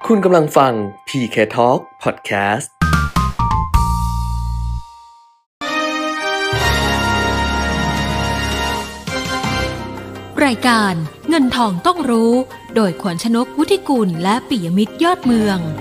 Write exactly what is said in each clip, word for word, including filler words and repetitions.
คุณกำลังฟัง พี เค Talk Podcast รายการเงินทองต้องรู้โดยขวัญชนกวุฒิกุลและปิยมิตรยอดเมือง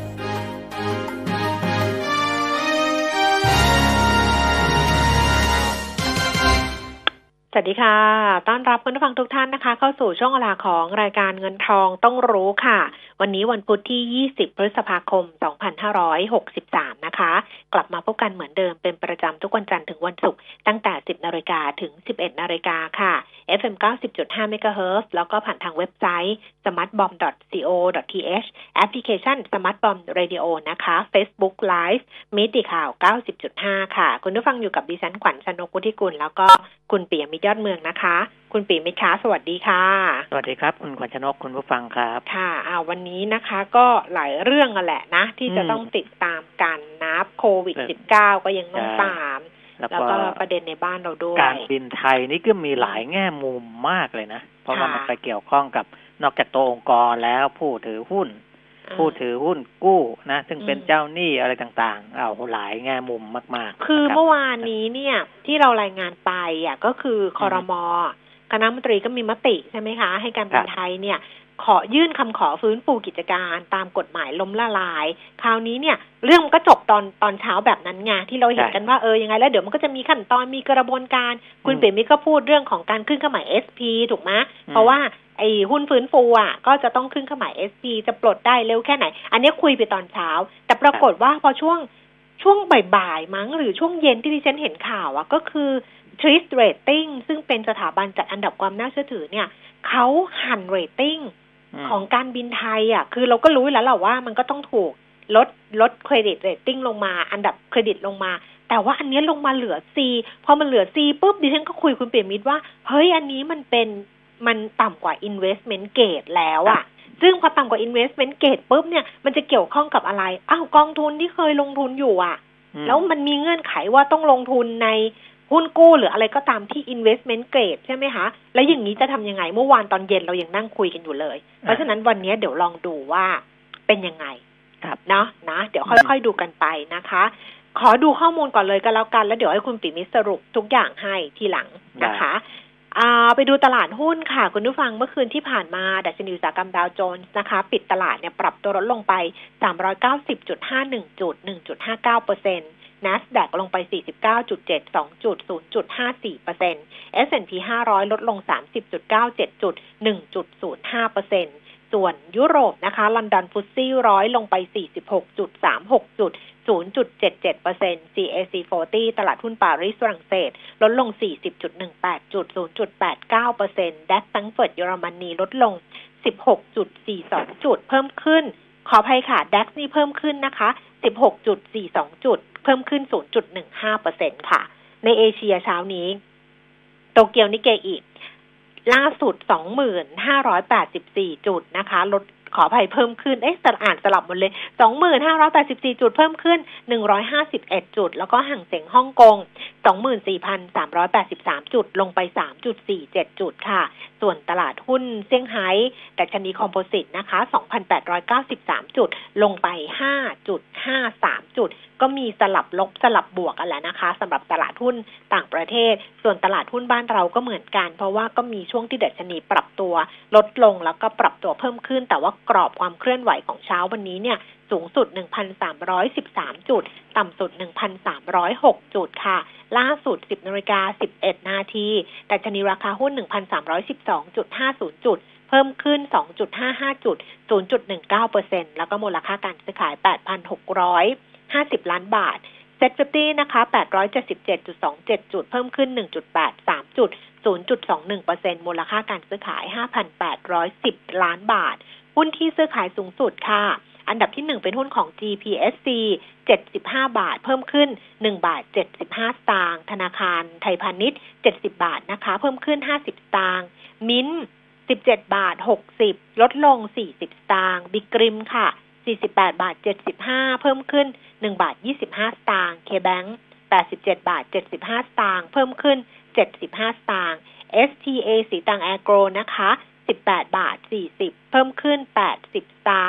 สวัสดีค่ะต้อนรับคุณผู้ฟังทุกท่านนะคะเข้าสู่ช่วงเวลาของรายการเงินทองต้องรู้ค่ะวันนี้วันพุธที่ยี่สิบพฤษภาคมสองพันห้าร้อยหกสิบสามนะคะกลับมาพบกันเหมือนเดิมเป็นประจำทุกวันจันทร์ถึงวันศุกร์ตั้งแต่ สิบนาฬิกา ถึง สิบเอ็ดนาฬิกาค่ะ เอฟ เอ็ม เก้าสิบจุดห้า เมกะเฮิรตซ์ แล้วก็ผ่านทางเว็บไซต์ สมาร์ทบอม ดอท ซี โอ ดอท ที เอช แอปพลิเคชัน Smart Bomb Radio นะคะ Facebook Live มิติข่าว เก้าสิบจุดห้า ค่ะคุณผู้ฟังอยู่กับดิฉันขวัญชนกวุฒิกุลแล้วก็คุณปิยมิตรยอดเมืองนะคะคุณปิยมิตรคะสวัสดีค่ะสวัสดีครับคุณขวัญชนกคุณผู้ฟังครับค่ะอ่าวันนี้นะคะก็หลายเรื่องแหละนะที่จะต้องติดตามกันนะโควิด สิบเก้า ก็ยังต้องตามแล้วก็ประเด็นในบ้านเราด้วยการบินไทยนี่ก็มีหลายแง่มุมมากเลยนะเพราะว่ามันไปเกี่ยวข้องกับนอกจากตัวองค์กรแล้วผู้ถือหุ้นผู้ถือหุ้นกู้นะซึ่งเป็นเจ้าหนี้อะไรต่างๆเอาหลายแง่มุมมากๆคือเมื่อวานนี้เนี่ยที่เรารายงานไปอ่ะก็คือครม.คณะมนตรีก็มีมติใช่ไหมคะให้การบินไทยเนี่ยขอยื่นคำขอฟื้นฟูกิจการตามกฎหมายล้มละลายคราวนี้เนี่ยเรื่องมันก็จบตอนตอนเช้าแบบนั้นไงที่เราเห็นกันว่าเออยังไงแล้วเดี๋ยวมันก็จะมีขั้นตอนมีกระบวนการคุณเปรมมิตรก็พูดเรื่องของการขึ้นเครื่องหมาย เอส พี ถูกไหมเพราะว่าไอ้หุ้นฟื้นฟูอ่ะก็จะต้องขึ้นเครื่องหมาย เอส พี จะปลดได้เร็วแค่ไหนอันนี้คุยไปตอนเช้าแต่ปรากฏว่าพอช่วงช่วงบ่ายๆมั้งหรือช่วงเย็นที่ดิฉันเห็นข่าวอ่ะก็คือTrist Rating ซึ่งเป็นสถาบันจัดอันดับความน่าเชื่อถือเนี่ยเขาหั่นเรตติ้งของการบินไทยอ่ะคือเราก็รู้แล้วแหละว่ามันก็ต้องถูกลดลดเครดิตเรตติ้งลงมาอันดับเครดิตลงมาแต่ว่าอันนี้ลงมาเหลือ C พอมันเหลือ C ปุ๊บดิฉันก็คุยคุณเปียมิตรว่าเฮ้ยอันนี้มันเป็นมันต่ำกว่า investment grade แล้วอ่ะซึ่งพอต่ำกว่า investment grade ปุ๊บเนี่ยมันจะเกี่ยวข้องกับอะไรอ้าวกองทุนที่เคยลงทุนอยู่อ่ะแล้วมันมีเงื่อนไขว่าต้องลงทุนในหุ้นกู้หรืออะไรก็ตามที่ investment grade ใช่ไหมคะแล้วอย่างนี้จะทำยังไงเมื่อวานตอนเย็นเรายังนั่งคุยกันอยู่เลยเพราะฉะนั้นวันนี้เดี๋ยวลองดูว่าเป็นยังไงเนาะนะเดี๋ยวค่อยๆดูกันไปนะคะขอดูข้อมูลก่อนเลยก็แล้วกันแล้วเดี๋ยวให้คุณปิมิตรสรุปทุกอย่างให้ทีหลังนะคะอ่าไปดูตลาดหุ้นค่ะคุณผู้ฟังเมื่อคืนที่ผ่านมาดัชนีอุตสาหกรรมดาวโจนส์นะคะปิดตลาดเนี่ยปรับตัวลดลงไป สามร้อยเก้าสิบจุดห้าหนึ่ง จุด หนึ่งจุดห้าเก้าเปอร์เซ็นต์NASDAQ ลงไป สี่สิบเก้าจุดเจ็ดสอง จุด ศูนย์จุดห้าสี่เปอร์เซ็นต์ เอส แอนด์ พี ห้าร้อยลดลง สามสิบจุดเก้าเจ็ด จุด หนึ่งจุดศูนย์ห้าเปอร์เซ็นต์ ส่วนยุโรปนะคะลอนดอนฟุตซี่ร้อยลงไป สี่สิบหกจุดสามหก จุด ศูนย์จุดเจ็ดเจ็ดเปอร์เซ็นต์ ซี เอ ซี สี่สิบ ตลาดหุ้นปารีสฝรั่งเศสลดลง สี่สิบจุดหนึ่งแปด จุด ศูนย์จุดแปดเก้าเปอร์เซ็นต์ ดัคแฟรงก์เฟิร์ตเยอรมนีลดลง สิบหกจุดสี่สอง จุดเพิ่มขึ้นขออภัยค่ะ ดัค นี่เพิ่มขึ้นนะคะ สิบหกจุดสี่สอง จุดเพิ่มขึ้น ศูนย์จุดหนึ่งห้าเปอร์เซ็นต์ ค่ะในเอเชียเช้านี้โตเกียวนิเกอิล่าสุด สองพันห้าร้อยแปดสิบสี่ จุดนะคะลดขออภัยเพิ่มขึ้นเอ๊ะแต่อ่านสลับหมดเลย สองพันห้าร้อยแปดสิบสี่ จุดเพิ่มขึ้นหนึ่งร้อยห้าสิบเอ็ดจุดแล้วก็ห่างเส็งฮ่องกง สองหมื่นสี่พันสามร้อยแปดสิบสาม จุดลงไป สามจุดสี่เจ็ด จุดค่ะส่วนตลาดหุ้นเซี่ยงไฮ้ดัชนีคอมโพสิตนะคะ สองพันแปดร้อยเก้าสิบสาม จุดลงไป ห้าจุดห้าสาม จุดก็มีสลับลบสลับบวกกันแหละนะคะสำหรับตลาดหุ้นต่างประเทศส่วนตลาดหุ้นบ้านเราก็เหมือนกันเพราะว่าก็มีช่วงที่ดัชนีปรับตัวลดลงแล้วก็ปรับตัวเพิ่มขึ้นแต่ว่ากรอบความเคลื่อนไหวของเช้าวันนี้เนี่ยสูงสุด หนึ่งพันสามร้อยสิบสาม จุดต่ำสุด หนึ่งพันสามร้อยหก จุดค่ะล่าสุด สิบนาฬิกาสิบเอ็ดนาทีดัชนีราคาหุ้น หนึ่งพันสามร้อยสิบสองจุดห้าศูนย์ จุดเพิ่มขึ้น สองจุดห้าห้า จุด ศูนย์จุดหนึ่งเก้าเปอร์เซ็นต์ แล้วก็มูลค่าการซื้อขาย แปดพันหกร้อยห้าสิบ ล้านบาทเซ็ต ห้าสิบนะคะ แปดร้อยเจ็ดสิบเจ็ดจุดสองเจ็ด จุดเพิ่มขึ้น หนึ่งจุดแปดสาม จุด ศูนย์จุดสองหนึ่งเปอร์เซ็นต์ มูลค่าการซื้อขาย ห้าพันแปดร้อยสิบ ล้านบาทหุ้นที่ซื้อขายสูงสุดค่ะอันดับที่หนึ่งเป็นหุ้นของ จี พี เอส ซี เจ็ดสิบห้าบาทเพิ่มขึ้นหนึ่งบาทเจ็ดสิบห้าสตางค์ธนาคารไทยพาณิชย์เจ็ดสิบบาทนะคะเพิ่มขึ้นห้าสิบสตางค์มิ้นสิบเจ็ดบาทหกสิบลดลงสี่สิบสตางค์บิ๊กริมค่ะสี่สิบแปดบาทเจ็ดสิบห้าเพิ่มขึ้นหนึ่งบาทยี่สิบห้าสตางค์เคแบงค์แปดสิบเจ็ดบาทเจ็ดสิบห้าสตางค์เพิ่มขึ้นเจ็ดสิบห้าสตางค์ เอส ที เอ สีตังแอโกรนะคะสิบแปดบาทสี่สิบเพิ่มขึ้นแปดสิบสตางค์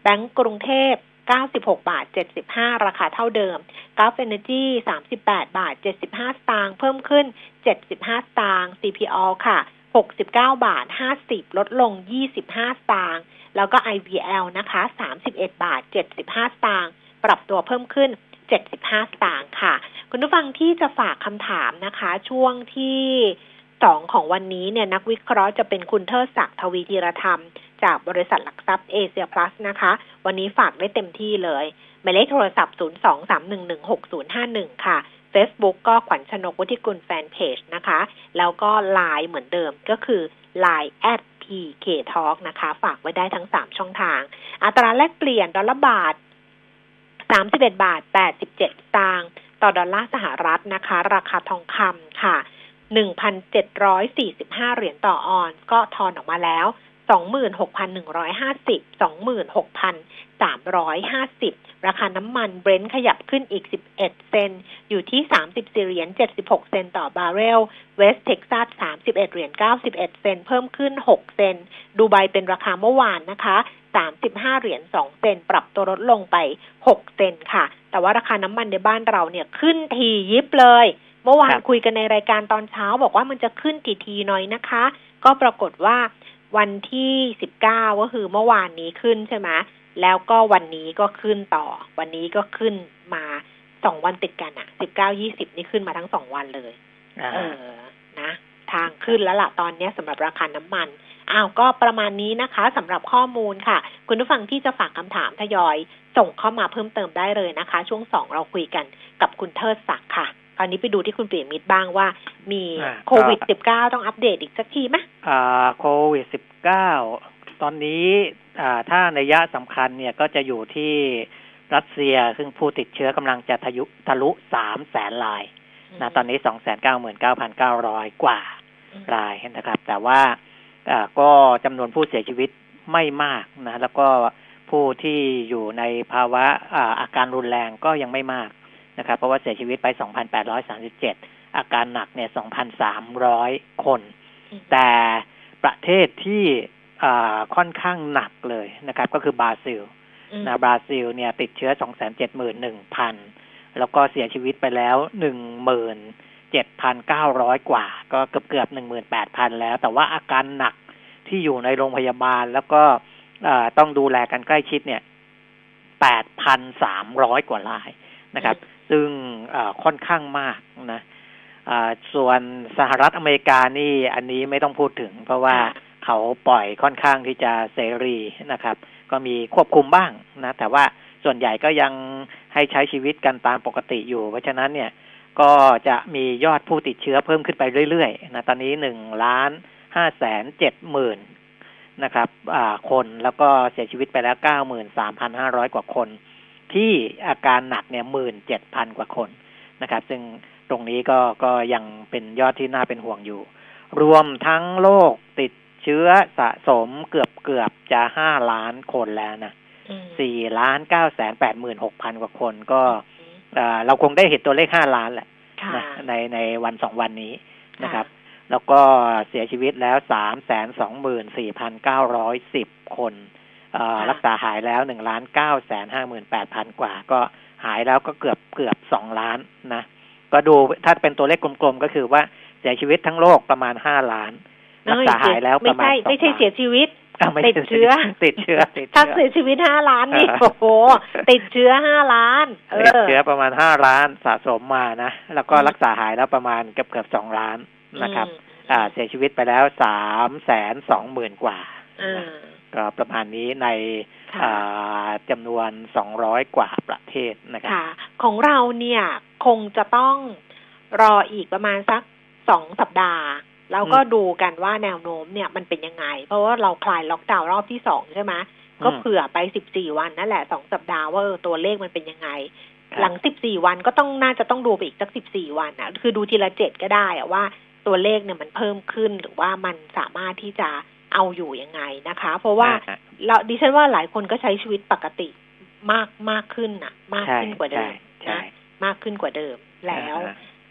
แบงก์กรุงเทพเก้าสิบหกบาทเจ็ดสิบห้าราคาเท่าเดิม Gulf Energy สามสิบแปดบาทเจ็ดสิบห้าสตางค์เพิ่มขึ้นเจ็ดสิบห้าสตางค์ ซี พี โอ ค่ะหกสิบเก้าบาทห้าสิบลดลงยี่สิบห้าสตางค์แล้วก็ ไอ วี แอล นะคะสามสิบเอ็ดบาทเจ็ดสิบห้าสตางค์ปรับตัวเพิ่มขึ้นเจ็ดสิบห้าสตางค์ค่ะคุณผู้ฟังที่จะฝากคำถามนะคะช่วงที่สองของวันนี้เนี่ยนักวิเคราะห์จะเป็นคุณเทิดศักดิ์ทวีธีรธรรมจากบริษัทหลักทรัพย์เอเชียพลัสนะคะวันนี้ฝากได้เต็มที่เลยหมายเลขโทรศัพท์ศูนย์ สอง สาม หนึ่ง หนึ่ง หก ศูนย์ ห้า หนึ่งค่ะ Facebook ก็ขวัญชนกวุฒิกุลแฟนเพจนะคะแล้วก็ ไลน์ เหมือนเดิมก็คือ ไลน์ แอท พี เค ทอล์ก นะคะฝากไว้ได้ทั้งสามช่องทางอัตราแลกเปลี่ยนดอลลาร์บาทสามสิบเอ็ดบาทแปดสิบเจ็ดสตางค์ต่อดอลลาร์สหรัฐนะคะราคาทองคำค่ะ หนึ่งพันเจ็ดร้อยสี่สิบห้า เหรียญต่อออนซ์ก็ทอนออกมาแล้ว สองหมื่นหกพันหนึ่งร้อยห้าสิบ สองหมื่นหกพันสามร้อยห้าสิบ ราคาน้ำมันเบรนท์ขยับขึ้นอีกสิบเอ็ดเซนต์อยู่ที่สามสิบสี่เหรียญเจ็ดสิบหกเซนต์ต่อบาร์เรลเวสต์เท็กซัสสามสิบเอ็ดเหรียญเก้าสิบเอ็ดเซนต์เพิ่มขึ้นหกเซนต์ดูไบเป็นราคาเมื่อวานนะคะสามสิบห้าเหรียญสองเซนต์ปรับตัวลดลงไปหกเซนต์ค่ะแต่ว่าราคาน้ำมันในบ้านเราเนี่ยขึ้นทียิบเลยเมื่อวานคุยกันในรายการตอนเช้าบอกว่ามันจะขึ้นทีทีหน่อยนะคะก็ปรากฏว่าวันที่สิบเก้าก็คือเมื่อวานนี้ขึ้นใช่ไหมแล้วก็วันนี้ก็ขึ้นต่อวันนี้ก็ขึ้นมาสองวันติดกันอ่ะสิบเก้า ยี่สิบนี่ขึ้นมาทั้งสองวันเลยเออนะทางขึ้นแล้วล่ะตอนนี้สำหรับราคาน้ำมันอ้าวก็ประมาณนี้นะคะสำหรับข้อมูลค่ะคุณผู้ฟังที่จะฝากคำถามทยอยส่งเข้ามาเพิ่มเติมได้เลยนะคะช่วงสองเราคุยกันกับคุณเทิดศักดิ์ค่ะคราวนี้ไปดูที่คุณปิยมิตรบ้างว่ามีโควิด สิบเก้า ต้องอัปเดตอีกสักทีไหมอ่าโควิด สิบเก้า ตอนนี้อ่าถ้านัยยะสำคัญเนี่ยก็จะอยู่ที่รัสเซียซึ่งผู้ติดเชื้อกำลังจะทะลุทะลุสามแสนรายนะตอนนี้ สองแสนเก้าหมื่นเก้าพันเก้าร้อย กว่ารายนะครับแต่ว่าอ่าก็จำนวนผู้เสียชีวิตไม่มากนะแล้วก็ผู้ที่อยู่ในภาวะอ่าอาการรุนแรงก็ยังไม่มากนะครับเพราะว่าเสียชีวิตไป สองพันแปดร้อยสามสิบเจ็ด อาการหนักเนี่ย สองพันสามร้อย คนแต่ประเทศที่อ่าค่อนข้างหนักเลยนะครับก็คือบราซิลนะบราซิลเนี่ยติดเชื้อ สองแสนเจ็ดหมื่นหนึ่งพัน แล้วก็เสียชีวิตไปแล้ว หนึ่งหมื่นเจ็ดพันเก้าร้อย กว่าก็เกือบๆ หนึ่งหมื่นแปดพัน แล้วแต่ว่าอาการหนักที่อยู่ในโรงพยาบาลแล้วก็ต้องดูแลกันใกล้ชิดเนี่ย แปดพันสามร้อย กว่ารายนะครับซึ่งค่อนข้างมากนะส่วนสหรัฐอเมริกานี่อันนี้ไม่ต้องพูดถึงเพราะว่าเขาปล่อยค่อนข้างที่จะเสรีนะครับก็มีควบคุมบ้างนะแต่ว่าส่วนใหญ่ก็ยังให้ใช้ชีวิตกันตามปกติอยู่เพราะฉะนั้นเนี่ยก็จะมียอดผู้ติดเชื้อเพิ่มขึ้นไปเรื่อยๆนะตอนนี้หนึ่งล้านห้าแสนเจ็ดหมื่นนะครับคนแล้วก็เสียชีวิตไปแล้ว เก้าหมื่นสามพันห้าร้อย กว่าคนที่อาการหนักเนี่ย หนึ่งหมื่นเจ็ดพัน กว่าคนนะครับซึ่งตรงนี้ก็ก็ยังเป็นยอดที่น่าเป็นห่วงอยู่รวมทั้งโลกติดเชื้อสะสมเกือบเกือบจะห้าล้านคนแล้วนะสี่ล้านเก้าแสนแปดหมื่นหกพันกว่าคนก็เราคงได้เห็นตัวเลขห้าล้านแหละนะในในวันสองวันนี้นะครับแล้วก็เสียชีวิตแล้ว สามแสนสองหมื่นสี่พันเก้าร้อยสิบ คนรักษาหายแล้ว หนึ่งล้านเก้าแสนห้าหมื่นแปดพัน กว่าก็หายแล้วก็เกือบเกือบสองล้านนะก็ดูถ้าเป็นตัวเลขกลมๆก็คือว่าเสียชีวิตทั้งโลกประมาณห้าล้านรักษาหายแล้วประมาณไม่ใช่ไม่ใช่เสียชีวิตติดเชื้อติดเชื้อถ้าเสียชีวิตห้าล้านนี่โอ้โหติดเชื้อห้าล้านติดเชื้อประมาณห้าล้านสะสมมานะแล้วก็รักษาหายแล้วประมาณเกือบเกือบสองล้านนะครับอ่าเสียชีวิตไปแล้วสามแสนสองหมื่นกว่าก็ประมาณนี้ในจำนวนสองร้อยกว่าประเทศนะครับของเราเนี่ยคงจะต้องรออีกประมาณสักสองสัปดาห์แล้วก็ดูกันว่าแนวโน้มเนี่ยมันเป็นยังไงเพราะว่าเราคลายล็อกดาวน์รอบที่สองใช่ไหมก็เผื่อไปสิบสี่วันนั่นแหละสองสัปดาห์ว่าตัวเลขมันเป็นยังไงหลังสิบสี่วันก็ต้องน่าจะต้องดูไปอีกสักสิบสี่วันนะคือดูทีละเจ็ดก็ได้อะว่าตัวเลขเนี่ยมันเพิ่มขึ้นหรือว่ามันสามารถที่จะเอาอยู่ยังไงนะคะเพราะว่าเราดิฉันว่าหลายคนก็ใช้ชีวิตปกติมากมากขึ้นน่ะมากขึ้นกว่าเดิมนะมากขึ้นกว่าเดิมแล้ว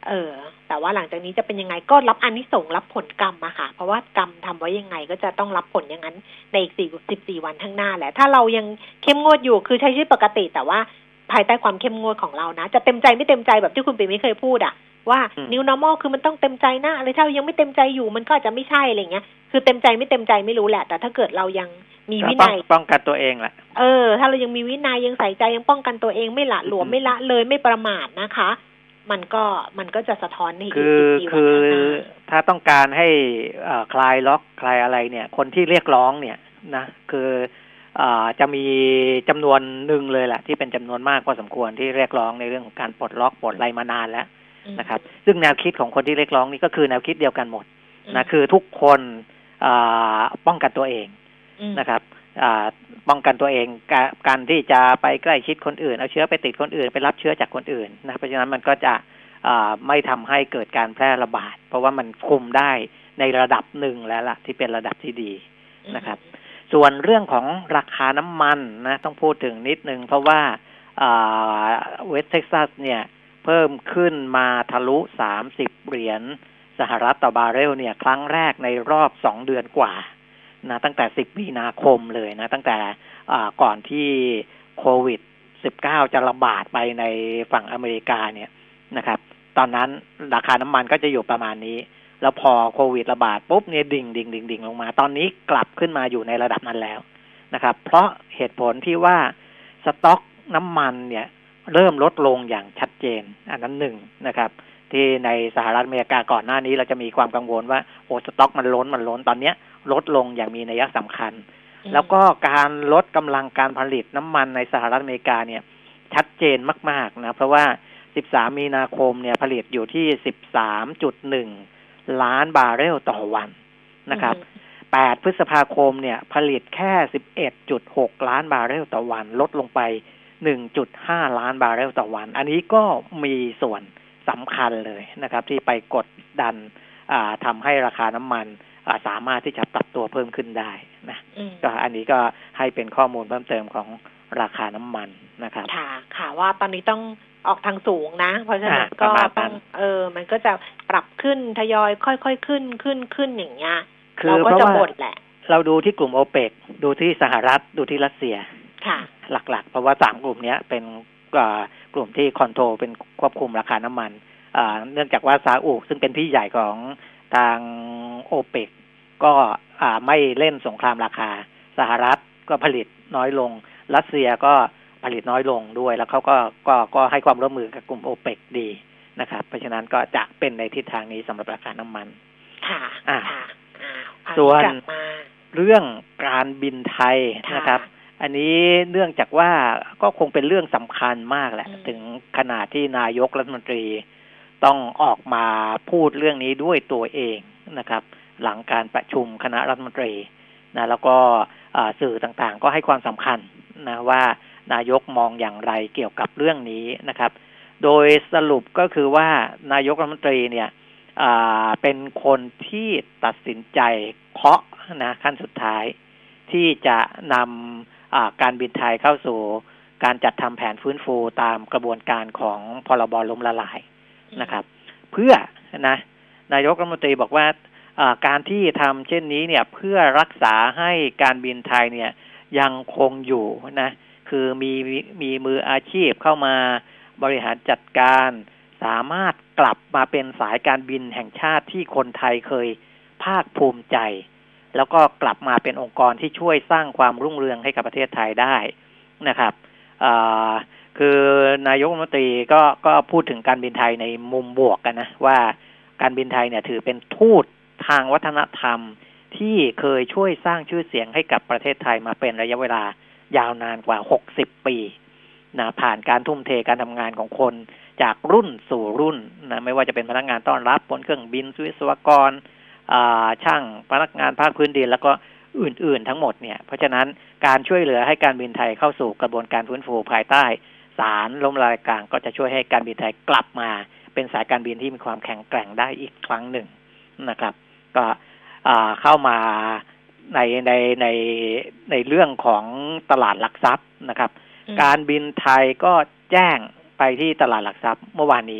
เออแต่ว่าหลังจากนี้จะเป็นยังไงก็รับอานิสงส์รับผลกรรมอะค่ะเพราะว่ากรรมทำไว้ยังไงก็จะต้องรับผลอย่างนั้นในอีกสี่สิบสี่วันข้างหน้าแหละถ้าเรายังเข้มงวดอยู่คือใช้ชีวิตปกติแต่ว่าภายใต้ความเข้มงวดของเรานะจะเต็มใจไม่เต็มใจแบบที่คุณปิ่มไม่เคยพูดอะว่า new normal คือมันต้องเต็มใจนะอะไรถ้าเรายังไม่เต็มใจอยู่มันก็อาจจะไม่ใช่อะไรเงี้ยคือเต็มใจไม่เต็มใจไม่รู้แหละแต่ถ้าเกิดเรายังมีวินัยป้องกันตัวเองแหละเออถ้าเรายังมีวินัยยังใส่ใจยังป้องกันตัวเองไม่ละหลวมไม่ละเลยไม่ประมาทนะคะมันก็มันก็จะสะท้อนในอีกคือคือถ้าต้องการให้คลายล็อกคลายอะไรเนี่ยคนที่เรียกร้องเนี่ยนะคือจะมีจำนวนหนึ่งเลยแหละที่เป็นจำนวนมากพอสมควรที่เรียกร้องในเรื่องของการปลดล็อกปลดอะไรมานานแล้วนะครับซึ่งแนวคิดของคนที่เรียกร้องนี่ก็คือแนวคิดเดียวกันหมดนะคือทุกคนป้องกันตัวเองนะครับป้องกันตัวเองการที่จะไปใกล้ชิดคนอื่นเอาเชื้อไปติดคนอื่นไปรับเชื้อจากคนอื่นนะเพราะฉะนั้นมันก็จะไม่ทำให้เกิดการแพร่ระบาดเพราะว่ามันคุมได้ในระดับหนึ่งแล้วล่ะที่เป็นระดับที่ดีนะครับส่วนเรื่องของราคาน้ำมันนะต้องพูดถึงนิดนึงเพราะว่าเวสต์เท็กซัสเนี่ยเพิ่มขึ้นมาทะลุสามสิบเหรียญสหรัฐต่อบาร์เรลเนี่ยครั้งแรกในรอบสองเดือนกว่านะตั้งแต่สิบมีนาคมเลยนะตั้งแต่ก่อนที่โควิดสิบเก้าจะระบาดไปในฝั่งอเมริกาเนี่ยนะครับตอนนั้นราคาน้ำมันก็จะอยู่ประมาณนี้แล้วพอโควิดระบาดปุ๊บเนี่ยดิ่งดิ่งดิ่งดิ่งลงมาตอนนี้กลับขึ้นมาอยู่ในระดับนั้นแล้วนะครับเพราะเหตุผลที่ว่าสต็อกน้ำมันเนี่ยเริ่มลดลงอย่างชัดเจนอันนั้นหนึ่งนะครับที่ในสหรัฐอเมริกาก่อนหน้านี้เราจะมีความกังวลว่าโอ้สต็อกมันล้นมันล้นตอนนี้ลดลงอย่างมีนัยสำคัญแล้วก็การลดกำลังการผลิตน้ำมันในสหรัฐอเมริกาเนี่ยชัดเจนมากๆนะเพราะว่าสิบสามมีนาคมเนี่ยผลิตอยู่ที่ สิบสามจุดหนึ่ง ล้านบาร์เรลต่อวันนะครับแปดพฤษภาคมเนี่ยผลิตแค่ สิบเอ็ดจุดหก ล้านบาร์เรลต่อวันลดลงไป หนึ่งจุดห้า ล้านบาร์เรลต่อวันอันนี้ก็มีส่วนสำคัญเลยนะครับที่ไปกดดันทำให้ราคาน้ำมันสามารถที่จะปรับตัวเพิ่มขึ้นได้นะก็อันนี้ก็ให้เป็นข้อมูลเพิ่มเติมของราคาน้ำมันนะครับค่ะค่ะว่าตอนนี้ต้องออกทางสูงนะเพราะฉะนั้นก็ต้องเออมันก็จะปรับขึ้นทยอยค่อยๆขึ้นขึ้นขึ้นอย่างเงี้ยเราก็จะบ่นแหละเราดูที่กลุ่มโอเปกดูที่สหรัฐดูที่รัสเซียค่ะหลักๆเพราะว่าสามกลุ่มนี้เป็นกลุ่มที่คอนโทรลเป็นควบคุมราคาน้ำมันเนื่องจากว่าซาอุซึ่งเป็นพี่ใหญ่ของทางโอเปกก็ไม่เล่นสงครามราคาสหรัฐก็ผลิตน้อยลงรัสเซียก็ผลิตน้อยลงด้วยแล้วเขาก็ก็ก็ให้ความร่วมมือกับกลุ่มโอเปกดีนะครับเพราะฉะนั้นก็จะเป็นในทิศทางนี้สำหรับราคาน้ำมันค่ะอ่าส่วนเรื่องการบินไทยนะครับอันนี้เนื่องจากว่าก็คงเป็นเรื่องสำคัญมากแหละถึงขนาดที่นายกรัฐมนตรีต้องออกมาพูดเรื่องนี้ด้วยตัวเองนะครับหลังการประชุมคณะรัฐมนตรีนะแล้วก็สื่อต่างๆก็ให้ความสำคัญนะว่านายกมองอย่างไรเกี่ยวกับเรื่องนี้นะครับโดยสรุปก็คือว่านายกรัฐมนตรีเนี่ยเป็นคนที่ตัดสินใจเคาะนะขั้นสุดท้ายที่จะนำการบินไทยเข้าสู่การจัดทำแผนฟื้นฟูตามกระบวนการของพรบล้มละลายนะครับเพื่อนะนายกรัฐมนตรีบอกว่าการที่ทำเช่นนี้เนี่ยเพื่อรักษาให้การบินไทยเนี่ยยังคงอยู่นะคือมีมีมืออาชีพเข้ามาบริหารจัดการสามารถกลับมาเป็นสายการบินแห่งชาติที่คนไทยเคยภาคภูมิใจแล้วก็กลับมาเป็นองค์กรที่ช่วยสร้างความรุ่งเรืองให้กับประเทศไทยได้นะครับคือนายกรัฐมนตรีก็ก็พูดถึงการบินไทยในมุมบวกกันนะว่าการบินไทยเนี่ยถือเป็นทูตทางวัฒนธรรมที่เคยช่วยสร้างชื่อเสียงให้กับประเทศไทยมาเป็นระยะเวลายาวนานกว่าหกสิบปีนะผ่านการทุ่มเทการทำงานของคนจากรุ่นสู่รุ่นนะไม่ว่าจะเป็นพนักงานต้อนรับบนเครื่องบินวิศวกรช่างพนักงานภาคพื้นดินแล้วก็อื่นๆทั้งหมดเนี่ยเพราะฉะนั้นการช่วยเหลือให้การบินไทยเข้าสู่กระบวนการฟื้นฟูภายใต้ศาลล้มละลายกลางก็จะช่วยให้การบินไทยกลับมาเป็นสายการบินที่มีความแข็งแกร่งได้อีกครั้งหนึ่งนะครับก็เข้ามาในในในในเรื่องของตลาดหลักทรัพย์นะครับการบินไทยก็แจ้งไปที่ตลาดหลักทรัพย์เมื่อวานนี้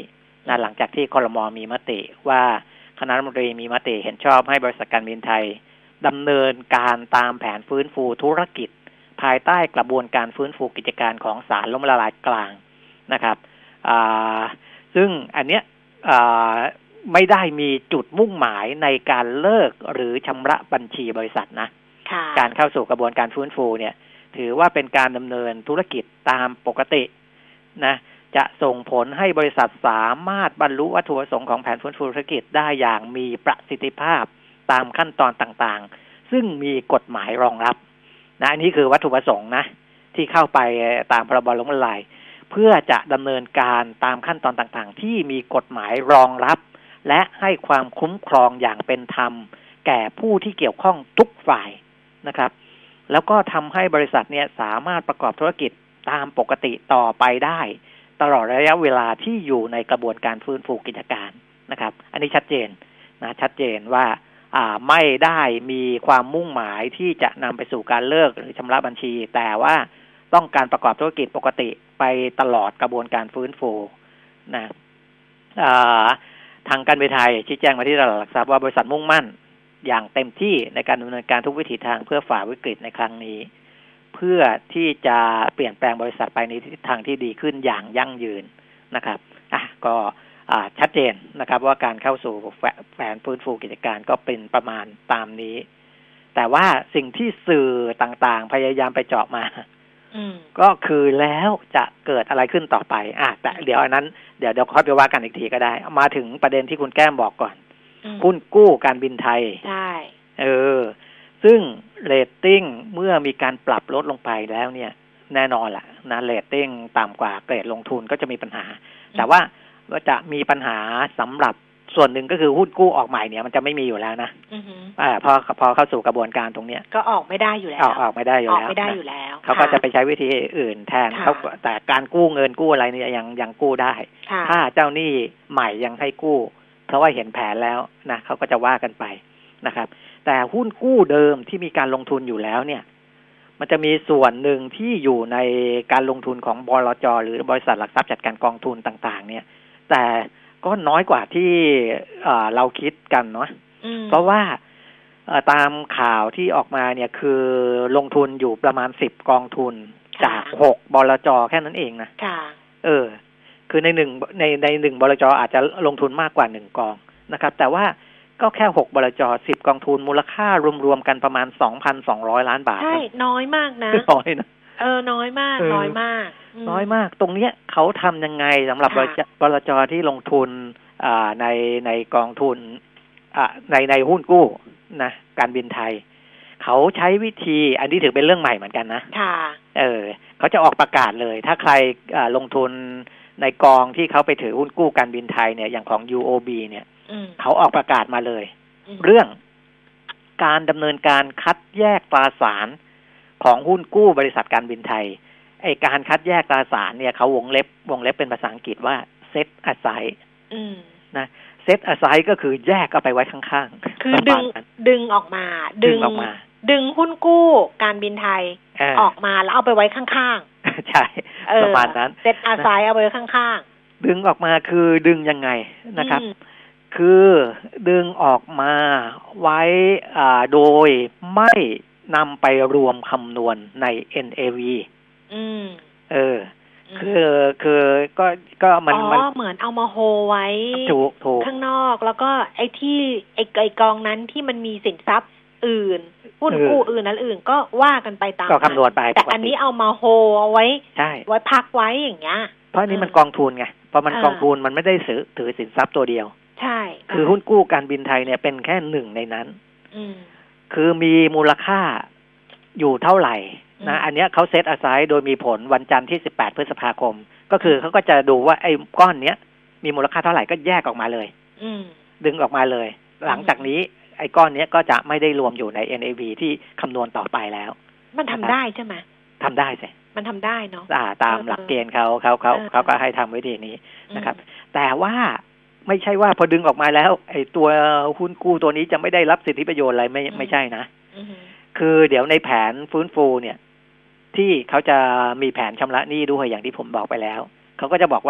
นะหลังจากที่ครม.มีมติว่าคณะรัฐมนตรีมีมติเห็นชอบให้บริษัทการบินไทยดำเนินการตามแผนฟื้นฟูธุรกิจภายใต้กระบวนการฟื้นฟูกิจการของศาลล้มละลายกลางนะครับซึ่งอันเนี้ยไม่ได้มีจุดมุ่งหมายในการเลิกหรือชำระบัญชีบริษัทนะการเข้าสู่กระบวนการฟื้นฟูเนี่ยถือว่าเป็นการดำเนินธุรกิจตามปกตินะจะส่งผลให้บริษัทสามารถบรรลุวัตถุประสงค์ของแผนฟื้นฟูธุรกิจได้อย่างมีประสิทธิภาพตามขั้นตอนต่างๆซึ่งมีกฎหมายรองรับนะอันนี้คือวัตถุประสงค์นะที่เข้าไปตามพรบล้มละลายเพื่อจะดำเนินการตามขั้นตอนต่างๆที่มีกฎหมายรองรับและให้ความคุ้มครองอย่างเป็นธรรมแก่ผู้ที่เกี่ยวข้องทุกฝ่ายนะครับแล้วก็ทำให้บริษัทเนี่ยสามารถประกอบธุรกิจตามปกติต่อไปได้ตลอดระยะเวลาที่อยู่ในกระบวนการฟื้นฟูกิจการนะครับอันนี้ชัดเจนนะชัดเจนว่าอ่าไม่ได้มีความมุ่งหมายที่จะนำไปสู่การเลิกหรือชำระบัญชีแต่ว่าต้องการประกอบธุรกิจปกติไปตลอดกระบวนการฟื้นฟูนะทางการบินไทยชี้แจงมาที่ตลาดหลักทรัพย์ว่าบริษัทมุ่งมั่นอย่างเต็มที่ในการดำเนินการทุกวิถีทางเพื่อฝ่าวิกฤตในครั้งนี้เพื่อที่จะเปลี่ยนแปลงบริษัทไปในทิศทางที่ดีขึ้นอย่างยั่งยืนนะครับอ่ะก็ชัดเจนนะครับว่าการเข้าสู่แผนฟื้นฟูกิจการก็เป็นประมาณตามนี้แต่ว่าสิ่งที่สื่อต่างๆพยายามไปเจาะมาก็คือแล้วจะเกิดอะไรขึ้นต่อไปอ่ะแต่เดี๋ยวอันนั้นเดี๋ยวเดี๋ยวค่อยไปว่ากันอีกทีก็ได้มาถึงประเด็นที่คุณแก้มบอกก่อนหุ้นกู้การบินไทยใช่เออซึ่งเรตติ้งเมื่อมีการปรับลดลงไปแล้วเนี่ยแน่นอนแหละนะเรตติ้งต่ำกว่าเกรดลงทุนก็จะมีปัญหาแต่ว่าก็จะมีปัญหาสำหรับส่วนหนึ่งก็คือหุ้นกู้ออกใหม่เนี่ยมันจะไม่มีอยู่แล้วนะอ่าพอพอเข้าสู่กระบวนการตรงเนี้ยก็ออกไม่ได้อยู่แล้วออกออกไม่ได้อยู่แล้วออกไม่ได้อยู่แล้วเขาก็จะไปใช้วิธีอื่นแทนเขาแต่การกู้เงินกู้อะไรเนี่ยยังยังกู้ได้ถ้าเจ้าหนี้ใหม่ยังให้กู้เพราะว่าเห็นแผนแล้วนะเขาก็จะว่ากันไปนะครับแต่หุ้นกู้เดิมที่มีการลงทุนอยู่แล้วเนี่ยมันจะมีส่วนหนึ่งที่อยู่ในการลงทุนของบลจ.หรือบริษัทหลักทรัพย์จัดการกองทุนต่างๆเนี่ยแต่ก็น้อยกว่าที่เราคิดกันเนาะเพราะว่าตามข่าวที่ออกมาเนี่ยคือลงทุนอยู่ประมาณสิบกองทุนจากหกบลจ.แค่นั้นเองนะเออคือในหนึ่งในในหนึ่งบลจ.อาจจะลงทุนมากกว่าหนึ่งกองนะครับแต่ว่าก็แค่หกบลจ.สิบกองทุนมูลค่ารวมๆกันประมาณ สองพันสองร้อย ล้านบาทใช่น้อยมากนะน้อยนะเออน้อยมากน้อยมากน้อยมากตรงเนี้ยเขาทำยังไงสำหรับบลจ.ที่ลงทุนอ่าในในกองทุนอ่าในในหุ้นกู้นะการบินไทยเขาใช้วิธีอันนี้ถือเป็นเรื่องใหม่เหมือนกันนะค่ะเออเขาจะออกประกาศเลยถ้าใครอ่าลงทุนในกองที่เขาไปถือหุ้นกู้การบินไทยเนี่ยอย่างของ ยู โอ บี เนี่ยเขาออกประกาศมาเลยเรื่องการดำเนินการคัดแยกตราสารของหุ้นกู้บริษัทการบินไทยไอการคัดแยกตราสารเนี่ยเขาวงเล็บวงเล็บเป็นภาษาอังกฤษว่า set aside นะ set aside ก็คือแยกเอาไปไว้ข้างๆคือดึงดึงออกมาดึงออกมาดึงหุ้นกู้การบินไทยออกมาแล้วเอาไปไว้ข้างๆใช่ประมาณนั้น set aside เอาไปไว้ข้างๆดึงออกมาคือดึงยังไงนะครับคือดึงออกมาไว้อ่าโดยไม่นำไปรวมคำนวณใน เอ็น เอ วีอืมเออคือคือก็ก็มันมันอ๋อเหมือนเอามาโฮไว้ถูกถูกข้างนอกแล้วก็ไอ้ที่ไอ้ไอ้กองนั้นที่มันมีสินทรัพย์อื่นหุ้นกู้อื่นนั้นอื่นก็ว่ากันไปตามก็คำนวณไปแต่อันนี้เอามาโฮเอาไว้ใช่ไว้พักไว้อย่างเงี้ยเพราะนี้มันกองทุนไงเพราะมันกองทุนมันไม่ได้ถือถือสินทรัพย์ตัวเดียวใช่คือหุ้นกู้การบินไทยเนี่ยเป็นแค่หนึ่งในนั้นคือมีมูลค่าอยู่เท่าไหร่นะอันเนี้ยเขาเซตอาไซด์โดยมีผลวันจันทร์ที่สิบแปดพฤษภาคมก็คือเขาก็จะดูว่าไอ้ก้อนเนี้ยมีมูลค่าเท่าไหร่ก็แยกออกมาเลยดึงออกมาเลยหลังจากนี้ไอ้ก้อนเนี้ยก็จะไม่ได้รวมอยู่ใน เอ็น เอ วี ที่คำนวณต่อไปแล้วมันทำได้ใช่ไหมทำได้สิมันทำได้เนาะตามหลักเกณฑ์เขาเขาเขาเขาก็ให้ทำวิธีนี้นะครับแต่ว่าไม่ใช่ว่าพอดึงออกมาแล้วไอ้ตัวหุ้นกู้ตัวนี้จะไม่ได้รับสิทธิประโยชน์อะไรไม่ไม่ใช่นะคือเดี๋ยวในแผนฟื้นฟูเนี่ยที่เขาจะมีแผนชำระหนี้ด้วยอย่างที่ผมบอกไปแล้วเขาก็จะบอกว่า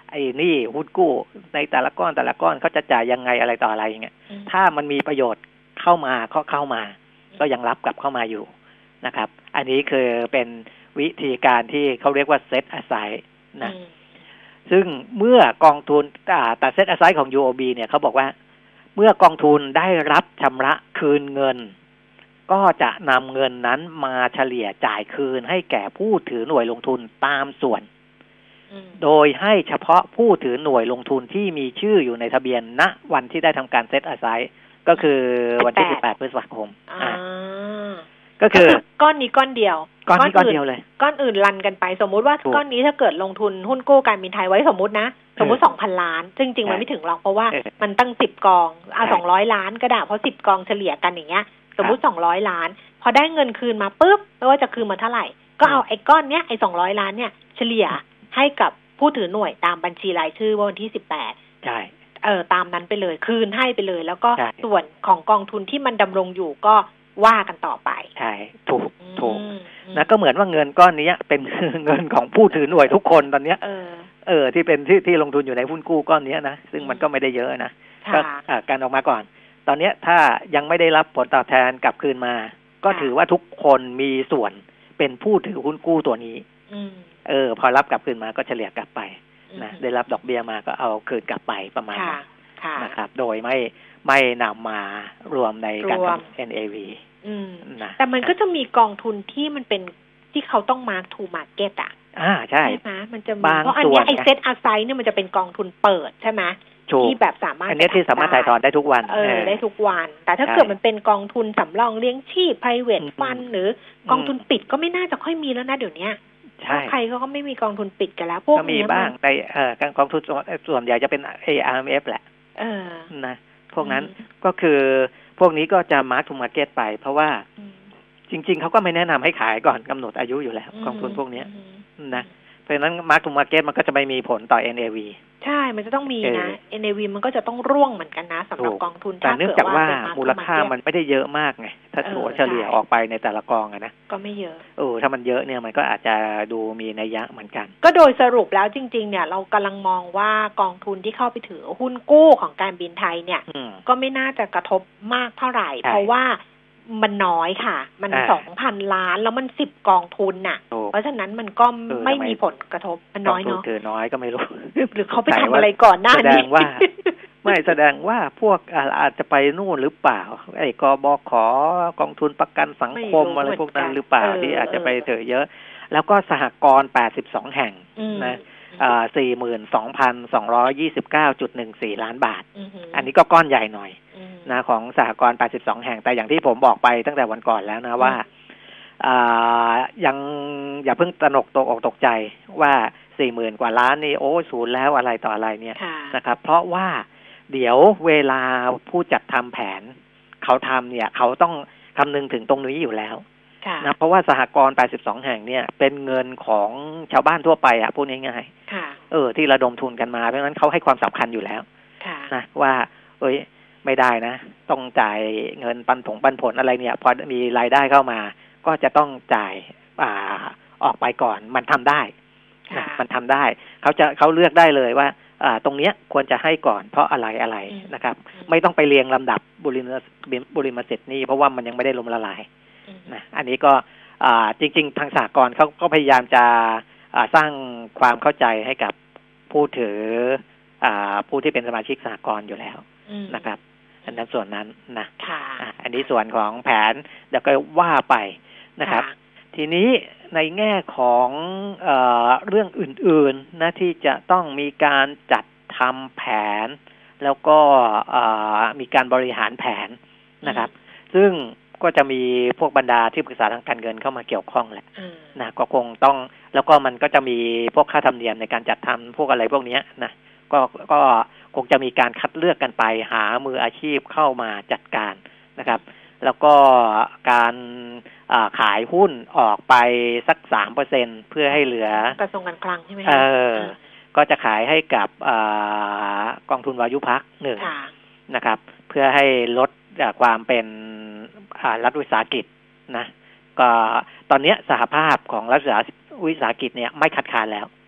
ไอ้นี่หุ้นกู้ในแต่ละก้อนแต่ละก้อนเขาจะจ่ายยังไงอะไรต่ออะไรอย่างเงี้ยถ้ามันมีประโยชน์เข้ามาก็เข้ามาก็ยังรับกลับเข้ามาอยู่นะครับอันนี้คือเป็นวิธีการที่เขาเรียกว่า set aside นะซึ่งเมื่อกองทุนแต่ set aside ของ ยู โอ บี เนี่ยเขาบอกว่าเมื่อกองทุนได้รับชำระคืนเงินก็จะนำเงินนั้นมาเฉลี่ยจ่ายคืนให้แก่ผู้ถือหน่วยลงทุนตามส่วนโดยให้เฉพาะผู้ถือหน่วยลงทุนที่มีชื่ออยู่ในทะเบียนณวันที่ได้ทำการ set aside ก็คือวันที่สิบแปดพฤษภาคมอ่าก็คือก้อนนี้ก้อนเดียวก้อนนี้ก้อนเดียวเลยก้อนอื่นรันกันไปสมมุติว่าก้อนนี้ถ้าเกิดลงทุนหุ้นกู้การบินไทยไว้สมมุตินะสมมุติ สองพัน ล้านจริงๆมันไม่ถึงหรอกเพราะว่ามันตั้งสิบกองอ่ะสองร้อยล้านก็ได้เพราะสิบกองเฉลี่ยกันอย่างเงี้ยสมมุติสองร้อยล้านพอได้เงินคืนมาปุ๊บไม่ว่าจะคืนมาเท่าไหร่ก็เอาไอ้ก้อนเนี้ยไอ้สองร้อยล้านเนี่ยเฉลี่ยให้กับผู้ถือหน่วยตามบัญชีรายชื่อวันที่สิบแปดใช่เออตามนั้นไปเลยคืนให้ไปเลยแล้วก็ส่วนของกองทุนที่มันดำรงอยู่ก็ว่ากันต่อไปใช่ถูกถูกนะก็เหมือนว่าเงินก้อนนี้เป็นเงินของผู้ถือหน่วยทุกคนตอนเนี้ยเออเออที่เป็นที่ที่ลงทุนอยู่ในหุ้นกู้ก้อนนี้นะซึ่งมันก็ไม่ได้เยอะนะก็การออกมาก่อนตอนนี้ถ้ายังไม่ได้รับผลตอบแทนกลับคืนมาก็ถือว่าทุกคนมีส่วนเป็นผู้ถือหุ้นกู้ตัวนี้เออพอรับกลับคืนมาก็เฉลี่ยกลับไปนะได้รับดอกเบี้ยมาก็เอาคืนกลับไปประมาณนั้นนะครับโดยไม่ไม่นำมารวมในการทำ เอ็น เอ วีนะแต่มันก็จะมีกองทุนที่มันเป็นที่เขาต้อง mark to market อ่ะอ่าใช่ใช่ไหมมันจะมีเพราะอันนี้ไอ้ set aside เนี่ยมันจะเป็นกองทุนเปิดใช่ไหมที่แบบสามารถอันนี้ที่สามารถถ่ายถอนได้ทุกวันเออได้ทุกวันแต่ถ้าเกิดมันเป็นกองทุนสำรองเลี้ยงชีพ private fund หรือกองทุนปิดก็ไม่น่าจะค่อยมีแล้วนะเดี๋ยวนี้ใครเขาก็ไม่มีกองทุนปิดกันแล้วพวกนี้ก็มีบ้างแต่เออกองทุนส่วนใหญ่จะเป็น อาร์ เอ็ม เอฟ แหละเออนะพวกนั้นก็คือพวกนี้ก็จะ mark to market ไปเพราะว่าจริงๆเขาก็ไม่แนะนำให้ขายก่อนกำหนดอายุอยู่แล้วกองทุนพวกนี้นะเพราะฉะนั้น mark to market มันก็จะไม่มีผลต่อ เอ็น เอ วีใช่มันจะต้องมีนะ เอ็น เอ วี มันก็จะต้องร่วงเหมือนกันนะสำหรับกองทุนแต่เนื่องจากว่ามูลค่ามันไม่ได้เยอะมากไงถ้าถัวเฉลี่ยออกไปในแต่ละกองอะนะก็ไม่เยอะเออถ้ามันเยอะเนี่ยมันก็อาจจะดูมีนัยยะเหมือนกันก็โดยสรุปแล้วจริงๆเนี่ยเรากำลังมองว่ากองทุนที่เข้าไปถือหุ้นกู้ของการบินไทยเนี่ยก็ไม่น่าจะกระทบมากเท่าไหร่เพราะว่ามันน้อยค่ะมัน สองพัน ล้านแล้วมันสิบกองทุนน่ะเพราะฉะนั้นมันก็ไม่มีผลกระทบมันน้อยเนาะถือน้อยก็ไม่รู้หรือเขาไปทำอะไรก่อนหน้านี้แสดงว่าไม่แสดงว่าพวกอาจจะไปนู่นหรือเปล่าไอ้กบข.กองทุนประกันสังคมอะไรพวกนั้นหรือเปล่าที่อาจจะไปถือเยอะแล้วก็สหกรณ์แปดสิบสองแห่งนะอ่า สี่หมื่นสองพันสองร้อยยี่สิบเก้าจุดหนึ่งสี่ ล้านบาทอันนี้ก็ก้อนใหญ่หน่อยนะของสหกรณ์แปดสิบสองแห่งแต่อย่างที่ผมบอกไปตั้งแต่วันก่อนแล้วนะว่าอ่ายังอย่าเพิ่งตระหนกตกอกตกใจว่า สี่หมื่น กว่าล้านนี่โอ้ศูนย์แล้วอะไรต่ออะไรเนี่ยนะครับเพราะว่าเดี๋ยวเวลาผู้จัดทำแผนเขาทำเนี่ยเขาต้องคำนึงถึงตรงนี้อยู่แล้วนะเพราะว่าสหกรณ์แปดสิบสองแห่งเนี่ยเป็นเงินของชาวบ้านทั่วไปอ่ะพูดง่ายๆเออที่ระดมทุนกันมาเพราะฉะนั้นเขาให้ความสำคัญอยู่แล้วนะว่าเอ้ยไม่ได้นะต้องจ่ายเงินปันผงปันผลอะไรเนี่ยพอมีรายได้เข้ามาก็จะต้องจ่ายอ่าออกไปก่อนมันทำได้นะมันทำได้เขาจะเขาเลือกได้เลยว่าอ่าตรงเนี้ยควรจะให้ก่อนเพราะอะไรอะไรนะครับไม่ต้องไปเรียงลำดับบุริมบุริมสิทธิ์นี่เพราะว่ามันยังไม่ได้ล้มละลายนะอันนี้ก็อ่าจริงๆทางสหกรณ์เขาก็พยายามจะอ่าสร้างความเข้าใจให้กับผู้ถืออ่าผู้ที่เป็นสมาชิกสหกรณ์อยู่แล้วนะครับอันนั้นส่วนนั้นนะอันนี้ส่วนของแผนเดี๋ยวก็ว่าไปนะครับทีนี้ในแง่ของเอ่อเรื่องอื่นๆนะที่จะต้องมีการจัดทำแผนแล้วก็เอ่อมีการบริหารแผนนะครับซึ่งก็จะมีพวกบรรดาที่ปรึกษาทางการเงินเข้ามาเกี่ยวข้องแหละนะก็คงต้องแล้วก็มันก็จะมีพวกค่าธรรมเนียมในการจัดทำพวกอะไรพวกนี้นะก็ก็คงจะมีการคัดเลือกกันไปหามืออาชีพเข้ามาจัดการนะครับแล้วก็การขายหุ้นออกไปสัก สามเปอร์เซ็นต์ เพื่อให้เหลือกระทรวงการคลังใช่ไหมเออก็จะขายให้กับกองทุนวายุพักหนึ่งนะครับเพื่อให้ลดความเป็นรัฐวิสาหกิจนะก็ตอนนี้สหภาพของรัฐวิสาหกิจเนี่ยไม่คัดค้านแล้ว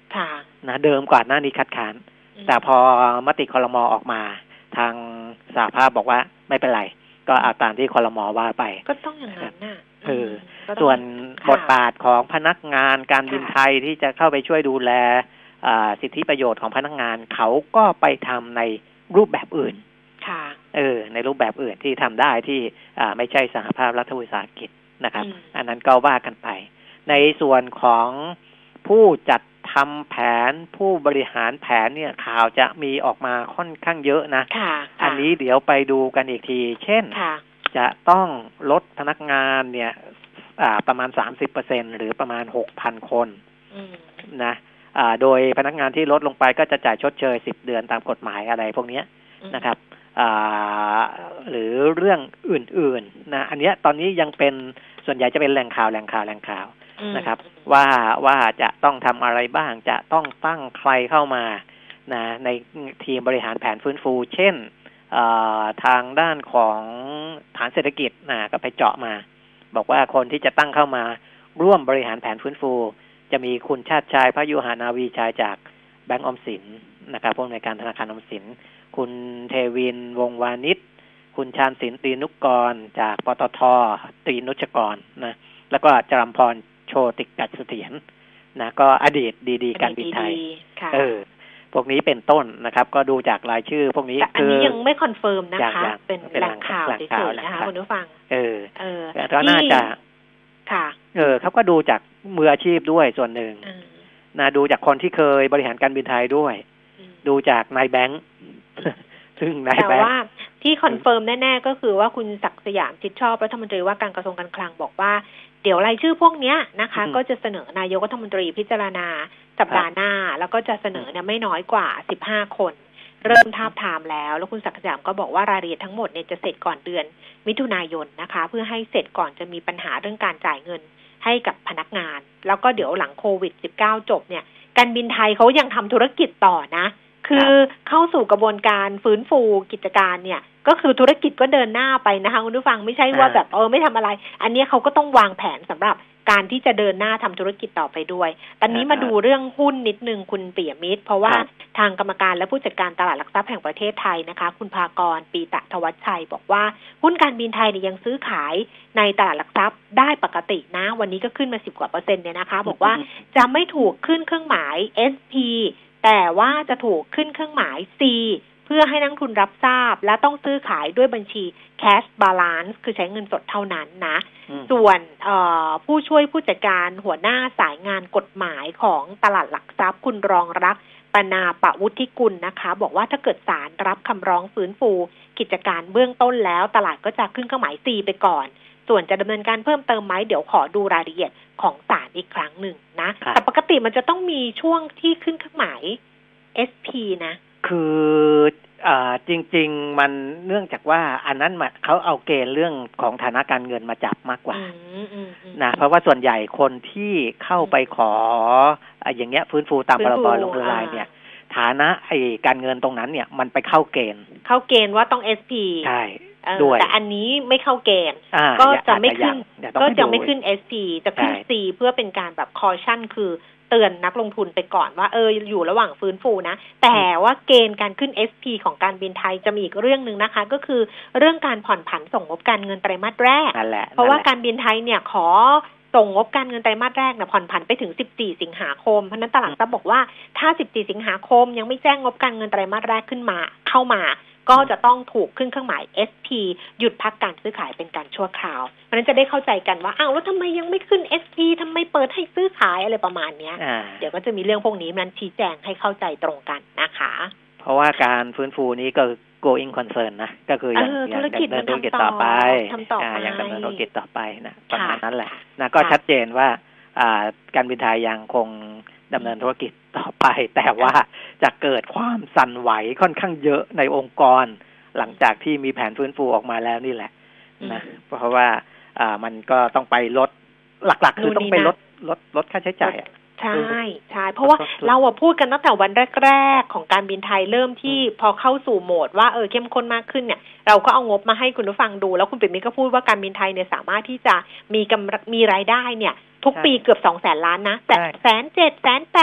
นะเดิมก่อนหน้านี้คัดค้านแต่พอมติครม.ออกมาทางสหภาพบอกว่าไม่เป็นไรก็เอาตามที่ครม.ว่าไปก็ต้องอย่างนั้นน่ะเออส่วนบทบาทของพนักงานการบินไทยที่จะเข้าไปช่วยดูแลสิทธิประโยชน์ของพนักงานเขาก็ไปทำในรูปแบบอื่นเออในรูปแบบอื่นที่ทำได้ที่ไม่ใช่สหภาพรัฐวิสาหกิจนะครับอันนั้นก็ว่ากันไปในส่วนของผู้จัดทำแผนผู้บริหารแผนเนี่ยข่าวจะมีออกมาค่อนข้างเยอะนะอันนี้เดี๋ยวไปดูกันอีกทีเช่นจะต้องลดพนักงานเนี่ยประมาณ สามสิบเปอร์เซ็นต์ หรือประมาณ หกพัน คนนะโดยพนักงานที่ลดลงไปก็จะจ่ายชดเชยสิบเดือนตามกฎหมายอะไรพวกนี้นะครับหรือเรื่องอื่นๆนะอันนี้ตอนนี้ยังเป็นส่วนใหญ่จะเป็นแหล่งข่าวแหล่งข่าวแหล่งข่าวนะครับว่าว่าจะต้องทำอะไรบ้างจะต้องตั้งใครเข้ามานะในทีมบริหารแผนฟื้นฟูเช่นทางด้านของฐานเศรษฐกิจนะก็ไปเจาะมาบอกว่าคนที่จะตั้งเข้ามาร่วมบริหารแผนฟื้นฟูจะมีคุณชาติชายพยุหานาวีชัยจากแบงก์ออมสินนะครับผู้อำนวยการธนาคารออมสินคุณเทวินวงวานิชคุณชาญศิลป์ตรีนุกรจากปตท.ตรีนุชกรนะแล้วก็จรัมพรโชติกัจเสถียรนะก็อดีตดีๆการบินไทยเออพวกนี้เป็นต้นนะครับก็ดูจากรายชื่อพวกนี้อันนี้ยังไม่คอนเฟิร์มนะคะเป็นแหล่งข่าวเฉยๆนะคะคุณผู้ฟังเออเออแต่ก็น่าจะค่ะเออเขาก็ดูจากมืออาชีพด้วยส่วนหนึ่งนะดูจากคนที่เคยบริหารการบินไทยด้วยดูจากนายแบงค์ซึ่งนายแบงค์แต่ว่าที่คอนเฟิร์มแน่ๆก็คือว่าคุณศักดิ์สยามจิตชอบรัฐมนตรีว่าการกระทรวงการคลังบอกว่าเดี๋ยวรายชื่อพวกนี้นะคะก็จะเสนอนายกรัฐมนตรีพิจารณาสัปดาห์หน้าแล้วก็จะเสนอเนี่ยไม่น้อยกว่าสิบห้าคนเริ่มทาบทามแล้วแล้วคุณศักดิ์สยามก็บอกว่ารายละเอียดทั้งหมดเนี่ยจะเสร็จก่อนเดือนมิถุนายนนะคะเพื่อให้เสร็จก่อนจะมีปัญหาเรื่องการจ่ายเงินให้กับพนักงานแล้วก็เดี๋ยวหลังโควิด สิบเก้า จบเนี่ยการบินไทยเขายังทำธุรกิจต่อนะคือเข้าสู่กระบวนการฟื้นฟูกิจการเนี่ยก็คือธุรกิจก็เดินหน้าไปนะคะคุณผู้ฟังไม่ใช่ว่าแบบเออไม่ทำอะไรอันนี้เขาก็ต้องวางแผนสำหรับการที่จะเดินหน้าทำธุรกิจต่อไปด้วยตอนนี้มาดูเรื่องหุ้นนิดนึงคุณปิยมิตรเพราะว่าทางกรรมการและผู้จัดการตลาดหลักทรัพย์แห่งประเทศไทยนะคะคุณภากรปีตะทวัชชัยบอกว่าหุ้นการบินไทยเนี่ยยังซื้อขายในตลาดหลักทรัพย์ได้ปกตินะวันนี้ก็ขึ้นมาสิบกว่าเปอร์เซ็นต์เนี่ยนะคะบอกว่าจะไม่ถูกขึ้นเครื่องหมาย เอส พี แต่ว่าจะถูกขึ้นเครื่องหมาย C เพื่อให้นักทุนรับทราบและต้องซื้อขายด้วยบัญชี cash balance คือใช้เงินสดเท่านั้นนะส่วนผู้ช่วยผู้จัดการหัวหน้าสายงานกฎหมายของตลาดหลักทรัพย์คุณรองรักปนาปวุฒิกุลนะคะบอกว่าถ้าเกิดศาลรับคำร้องฟื้นฟูกิจการเบื้องต้นแล้วตลาดก็จะขึ้นเครื่องหมาย C ไปก่อนส่วนจะดำเนินการเพิ่มเติมไหมเดี๋ยวขอดูรายละเอียดของศาลอีกครั้งหนึ่งนะแต่ปกติมันจะต้องมีช่วงที่ขึ้นเครื่องหมาย เอส พี นะคืออ่าจริงๆมันเนื่องจากว่าอันนั้นเขาเอาเกณฑ์เรื่องของฐานะการเงินมาจับมากกว่านะเพราะว่าส่วนใหญ่คนที่เข้าไปขออย่างเงี้ยฟื้นฟูตามพรบลงทุนรายเนี่ยฐานะไอ้การเงินตรงนั้นเนี่ยมันไปเข้าเกณฑ์เข้าเกณฑ์ว่าต้อง เอส พีใช่แต่อันนี้ไม่เข้าเกณฑ์ก็จะไม่ขึ้นก็จะไม่ขึ้น เอส พี จะขึ้น C เพื่อเป็นการแบบคอชั่นคือเตือนนักลงทุนไปก่อนว่าเอออยู่ระหว่างฟื้นฟูนะแต่ว่าเกณฑ์การขึ้น เอส พี ของการบินไทยจะมีอีกเรื่องนึงนะคะก็คือเรื่องการผ่อนผันส่งงบการเงินไตรมาสแรกเพราะว่าการบินไทยเนี่ยขอส่งงบการเงินไตรมาสแรกเนี่ยผ่อนผันไปถึงสิบสี่สิงหาคมเพราะนั้นตลาดทรัพย์บอกว่าถ้าสิบสี่สิงหาคมยังไม่แจ้งงบการเงินไตรมาสแรกขึ้นมาเข้ามาก็จะต้องถูกขึ้นเครื่องหมาย เอส พี หยุดพักการซื้อขายเป็นการชั่วคราวเพราะนั้นจะได้เข้าใจกันว่าอ้าวแล้วทำไมยังไม่ขึ้น เอส พี ทำไมเปิดให้ซื้อขายอะไรประมาณนี้เดี๋ยวก็จะมีเรื่องพวกนี้มันชี้แจงให้เข้าใจตรงกันนะคะเพราะว่าการฟื้นฟูนี้ก็ going concern นะก็คืออย่างธุรกิจมันธุรกิจต่อไปอย่างดำเนินธุรกิจต่อไปนะประมาณนั้นแหละนะก็ชัดเจนว่าการบินไทยยังคงดำเนินธุรกิจต่อไปแต่ว่าจะเกิดความสั่นไหวค่อนข้างเยอะในองค์กรหลังจากที่มีแผนฟื้นฟูออกมาแล้วนี่แหละนะเพราะว่าอ่ามันก็ต้องไปลดหลักๆคือต้องไปลดลดลดค่าใช้จ่ายใช่ใช่เพราะว่าเราอะพูดกันตั้งแต่วันแรกๆของการบินไทยเริ่มที่พอเข้าสู่โหมดว่าเออเข้มข้นมากขึ้นเนี่ยเราก็เอางบมาให้คุณผู้ฟังดูแล้วคุณปิ่มมิตรก็พูดว่าการบินไทยเนี่ยสามารถที่จะมีกำมีรายได้เนี่ยทุกปีเกือบสองแสนล้านนะแต่แสนเจ็ดแสนแปดแสน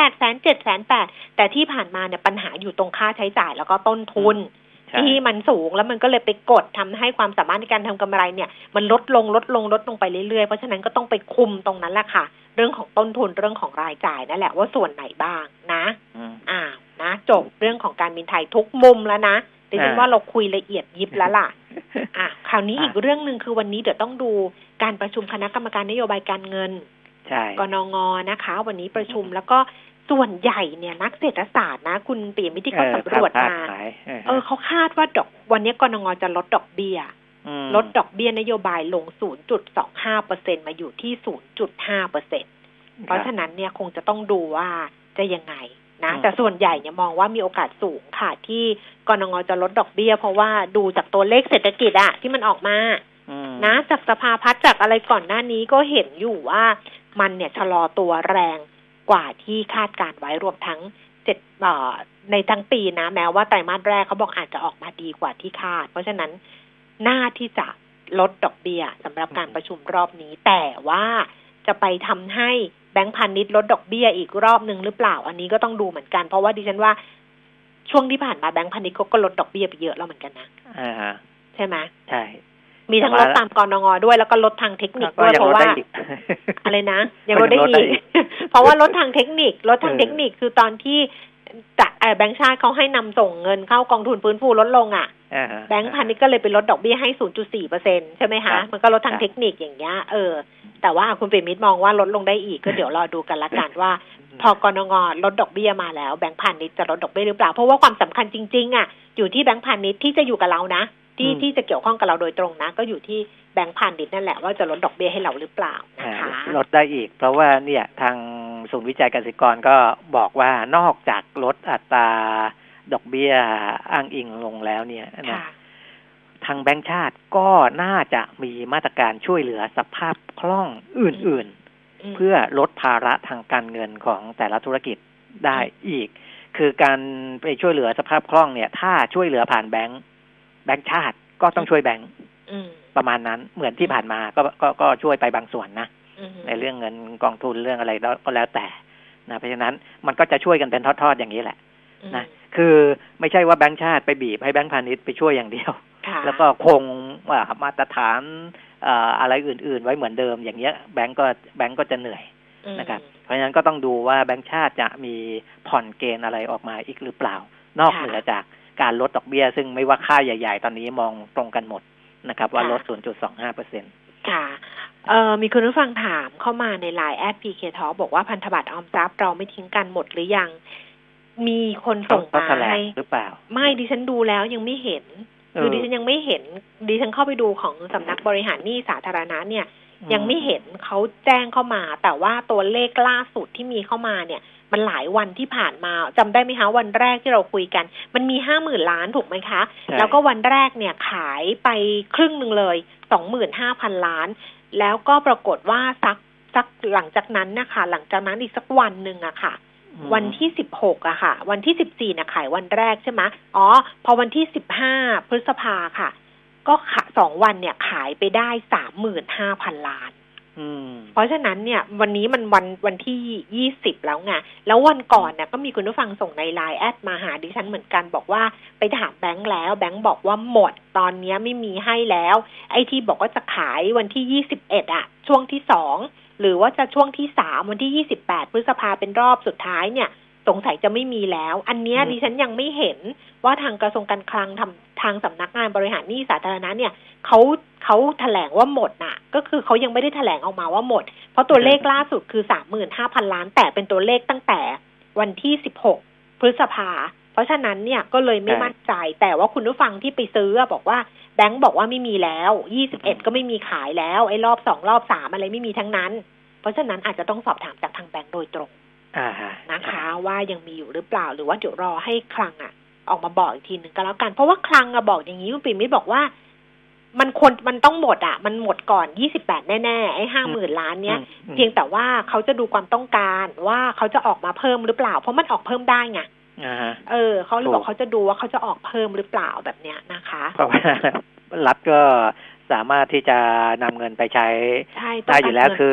เจ็ดแสนแปดแต่ที่ผ่านมาเนี่ยปัญหาอยู่ตรงค่าใช้จ่ายแล้วก็ต้นทุนที่มันสูงแล้วมันก็เลยไปกดทำให้ความสามารถในการทำกำไรเนี่ยมันลดลงลดลงลดลงไปเรื่อยๆเพราะฉะนั้นก็ต้องไปคุมตรงนั้นแหละค่ะเรื่องของต้นทุนเรื่องของรายจ่ายนั่นแหละว่าส่วนไหนบ้างนะอ่านะจบเรื่องของการบินไทยทุกมุมแล้วนะดิฉันว่าเราคุยละเอียดยิบแล้วล่ะอ่ะคราวนี้อีกเรื่องนึงคือวันนี้เดี๋ยวต้องดูการประชุมคณะกรรมการนโยบายการเงินใช่กนง.นะคะวันนี้ประชุมแล้วก็ส่วนใหญ่เนี่ยนักเศรษฐศาสตร์นะคุณปิยมิตรที่เขาสำรวจมาเออเขาคาดว่าดอกวันนี้กนง.จะลดดอกเบี้ยลดดอกเบี้ยนโยบายลง ศูนย์จุดสองห้าเปอร์เซ็นต์ มาอยู่ที่ ศูนย์จุดห้าเปอร์เซ็นต์ เพราะฉะนั้นเนี่ยคงจะต้องดูว่าจะยังไงนะแต่ส่วนใหญ่เนี่ยมองว่ามีโอกาสสูงค่ะที่กนง.จะลดดอกเบี้ยเพราะว่าดูจากตัวเลขเศรษฐกิจอะที่มันออกมานะจากสภาพัฒน์จากอะไรก่อนหน้านี้ก็เห็นอยู่ว่ามันเนี่ยชะลอตัวแรงกว่าที่คาดการไว้รวมทั้งเจ็ดเอ่อในทั้งปีนะแม้ว่าไตรมาสแรกเขาบอกอาจจะออกมาดีกว่าที่คาดเพราะฉะนั้นน่าที่จะลดดอกเบี้ยสำหรับการประชุมรอบนี้แต่ว่าจะไปทำให้แบงก์พาณิชย์ลดดอกเบี้ยอีกรอบนึงหรือเปล่าอันนี้ก็ต้องดูเหมือนกันเพราะว่าดิฉันว่าช่วงที่ผ่านมาแบงก์พาณิชย์เขาก็ลดดอกเบี้ยไปเยอะแล้วเหมือนกันนะอ่าใช่ไหมใช่มีทั้งลดตามกนง.ด้วยแล้วก็ลดทางเทคนิคด้วยเพราะว่าอะไรนะยังลดได้อีกเพราะว่าลดทางเทคนิคลดทางเทคนิคคือตอนที่จากแบงก์ชาติเขาให้นำส่งเงินเข้ากองทุนฟื้นฟูลดลงอ่ะแบงก์พาณิชย์ก็เลยไปลดดอกเบี้ยให้ ศูนย์จุดสี่เปอร์เซ็นต์ ใช่ไหมคะมันก็ลดทางเทคนิคอย่างเงี้ยเออแต่ว่าคุณปิยมิตรมองว่าลดลงได้อีกก็เดี๋ยวรอดูกันละกันว่าพอกนง.ลดดอกเบี้ยมาแล้วแบงก์พาณิชย์จะลดดอกเบี้ยหรือเปล่าเพราะว่าความสำคัญจริงๆอ่ะอยู่ที่แบงก์พาณิชย์ที่จะอยู่กับเรานะที่ที่จะเกี่ยวข้องกับเราโดยตรงนะก็อยู่ที่แบงก์พาณิชย์นั่นแหละว่าจะลดดอกเบี้ยให้เราหรือเปล่านะคะลดได้อีกเพราะว่าเนี่ยทางศูนย์วิจัยเกษตรกรก็บอกว่านอกจากลดอัตราดอกเบี้ยอ้างอิงลงแล้วเนี่ยนะทางแบงก์ชาติก็น่าจะมีมาตรการช่วยเหลือสภาพคล่องอื่นๆเพื่อลดภาระทางการเงินของแต่ละธุรกิจได้อีกคือการไปช่วยเหลือสภาพคล่องเนี่ยถ้าช่วยเหลือผ่านแบงก์แบงก์ชาติก็ต้องช่วยแบงก์ประมาณนั้นเหมือนที่ผ่านมาก็ก็ก็ช่วยไปบางส่วนนะในเรื่องเงินกองทุนเรื่องอะไรก็แล้วแต่นะเพราะฉะนั้นมันก็จะช่วยกันเป็นทอดๆอย่างนี้แหละนะคือไม่ใช่ว่าแบงก์ชาติไปบีบให้แบงก์พาณิชย์ไปช่วยอย่างเดียวแล้วก็คงมาตรฐานอะไรอื่นๆไว้เหมือนเดิมอย่างเงี้ยแบงก์ก็แบงก์ก็จะเหนื่อยนะครับเพราะฉะนั้นก็ต้องดูว่าแบงก์ชาติจะมีผ่อนเกณฑ์อะไรออกมาอีกหรือเปล่านอกเหนือจากการลดดอกเบี้ยซึ่งไม่ว่าค่าใหญ่ๆตอนนี้มองตรงกันหมดนะครับว่าลด ศูนย์จุดสองห้าเปอร์เซ็นต์ค่ะเอ่อมีคุณผู้ฟังถามเข้ามาใน ไลน์ แอท พี เค Talk บอกว่าพันธบัตรออมทรัพย์เราไม่ทิ้งกันหมดหรือยังมีคนส่งมาให้หรือเปล่าไม่ดิฉันดูแล้วยังไม่เห็นคือดิฉันยังไม่เห็นดิฉันเข้าไปดูของสำนักบริหารหนี้สาธารณะเนี่ยยังไม่เห็นเขาแจ้งเข้ามาแต่ว่าตัวเลขล่าสุดที่มีเข้ามาเนี่ยมันหลายวันที่ผ่านมาจำได้ไหมคะวันแรกที่เราคุยกันมันมีห้าหมื่นล้านถูกไหมคะแล้วก็วันแรกเนี่ยขายไปครึ่งหนึ่งเลยสองหมื่นห้าพันล้านแล้วก็ปรากฏว่าสักสักหลังจากนั้นนะคะหลังจากนั้นอีกสักวันหนึ่งอะค่ะวันที่สิบหกอะค่ะวันที่สิบสี่น่ะขายวันแรกใช่ไหมอ๋อพอวันที่สิบห้าพฤษภาค่ะก็ขายสองวันเนี่ยขายไปได้สามหมื่นห้าพันล้านเพราะฉะนั้นเนี่ยวันนี้มันวันวันที่ยี่สิบแล้วไงแล้ววันก่อนเนี่ยก็มีคุณผู้ฟังส่งใน ไลน์ แอดมาหาดิฉันเหมือนกันบอกว่าไปถามแบงค์แล้วแบงค์บอกว่าหมดตอนนี้ไม่มีให้แล้วไอ้ที่บอกว่าจะขายวันที่ยี่สิบเอ็ดอะช่วงที่สองหรือว่าจะช่วงที่สามวันที่ยี่สิบแปดพฤษภาเป็นรอบสุดท้ายเนี่ยสงสัยจะไม่มีแล้วอันนี้ดิฉันยังไม่เห็นว่าทางกระทรวงการคลังทำทางสำนักงานบริหารหนี้สาธารณะเนี่ยเขาเขาแถลงว่าหมดน่ะก็คือเขายังไม่ได้แถลงออกมาว่าหมดเพราะตัวเลขล่าสุดคือ สามหมื่นห้าพันล้านแต่เป็นตัวเลขตั้งแต่วันที่สิบหกพฤษภาเพราะฉะนั้นเนี่ยก็เลยไม่มั่นใจแต่ว่าคุณผู้ฟังที่ไปซื้อบอกว่าแบงค์บอกว่าไม่มีแล้วยี่สิบเอ็ดก็ไม่มีขายแล้วไอ้รอบสองรอบสามอะไรไม่มีทั้งนั้นเพราะฉะนั้นอาจจะต้องสอบถามจากทางแบงค์โดยตรงนะคะว่ายังมีอยู่หรือเปล่าหรือว่าเดี๋ยวรอให้คลังอ่ะออกมาบอกอีกทีนึงก็แล้วกันเพราะว่าคลังอ่ะบอกอย่างนี้คุณปิ่มมิตรบอกว่ามันควรมันต้องหมดอ่ะมันหมดก่อนยี่สิบแปดแน่ๆไอ้ ห้าหมื่น ล้านเนี้ยเพียงแต่ว่าเขาจะดูความต้องการว่าเขาจะออกมาเพิ่มหรือเปล่าเพราะมันออกเพิ่มได้ไงเออเขาเลยบอกเขาจะดูว่าเขาจะออกเพิ่มหรือเปล่าแบบเนี้ยนะคะเพราะว่ารัฐก็สามารถที่จะนำเงินไปใช้ได้อยู่แล้วคือ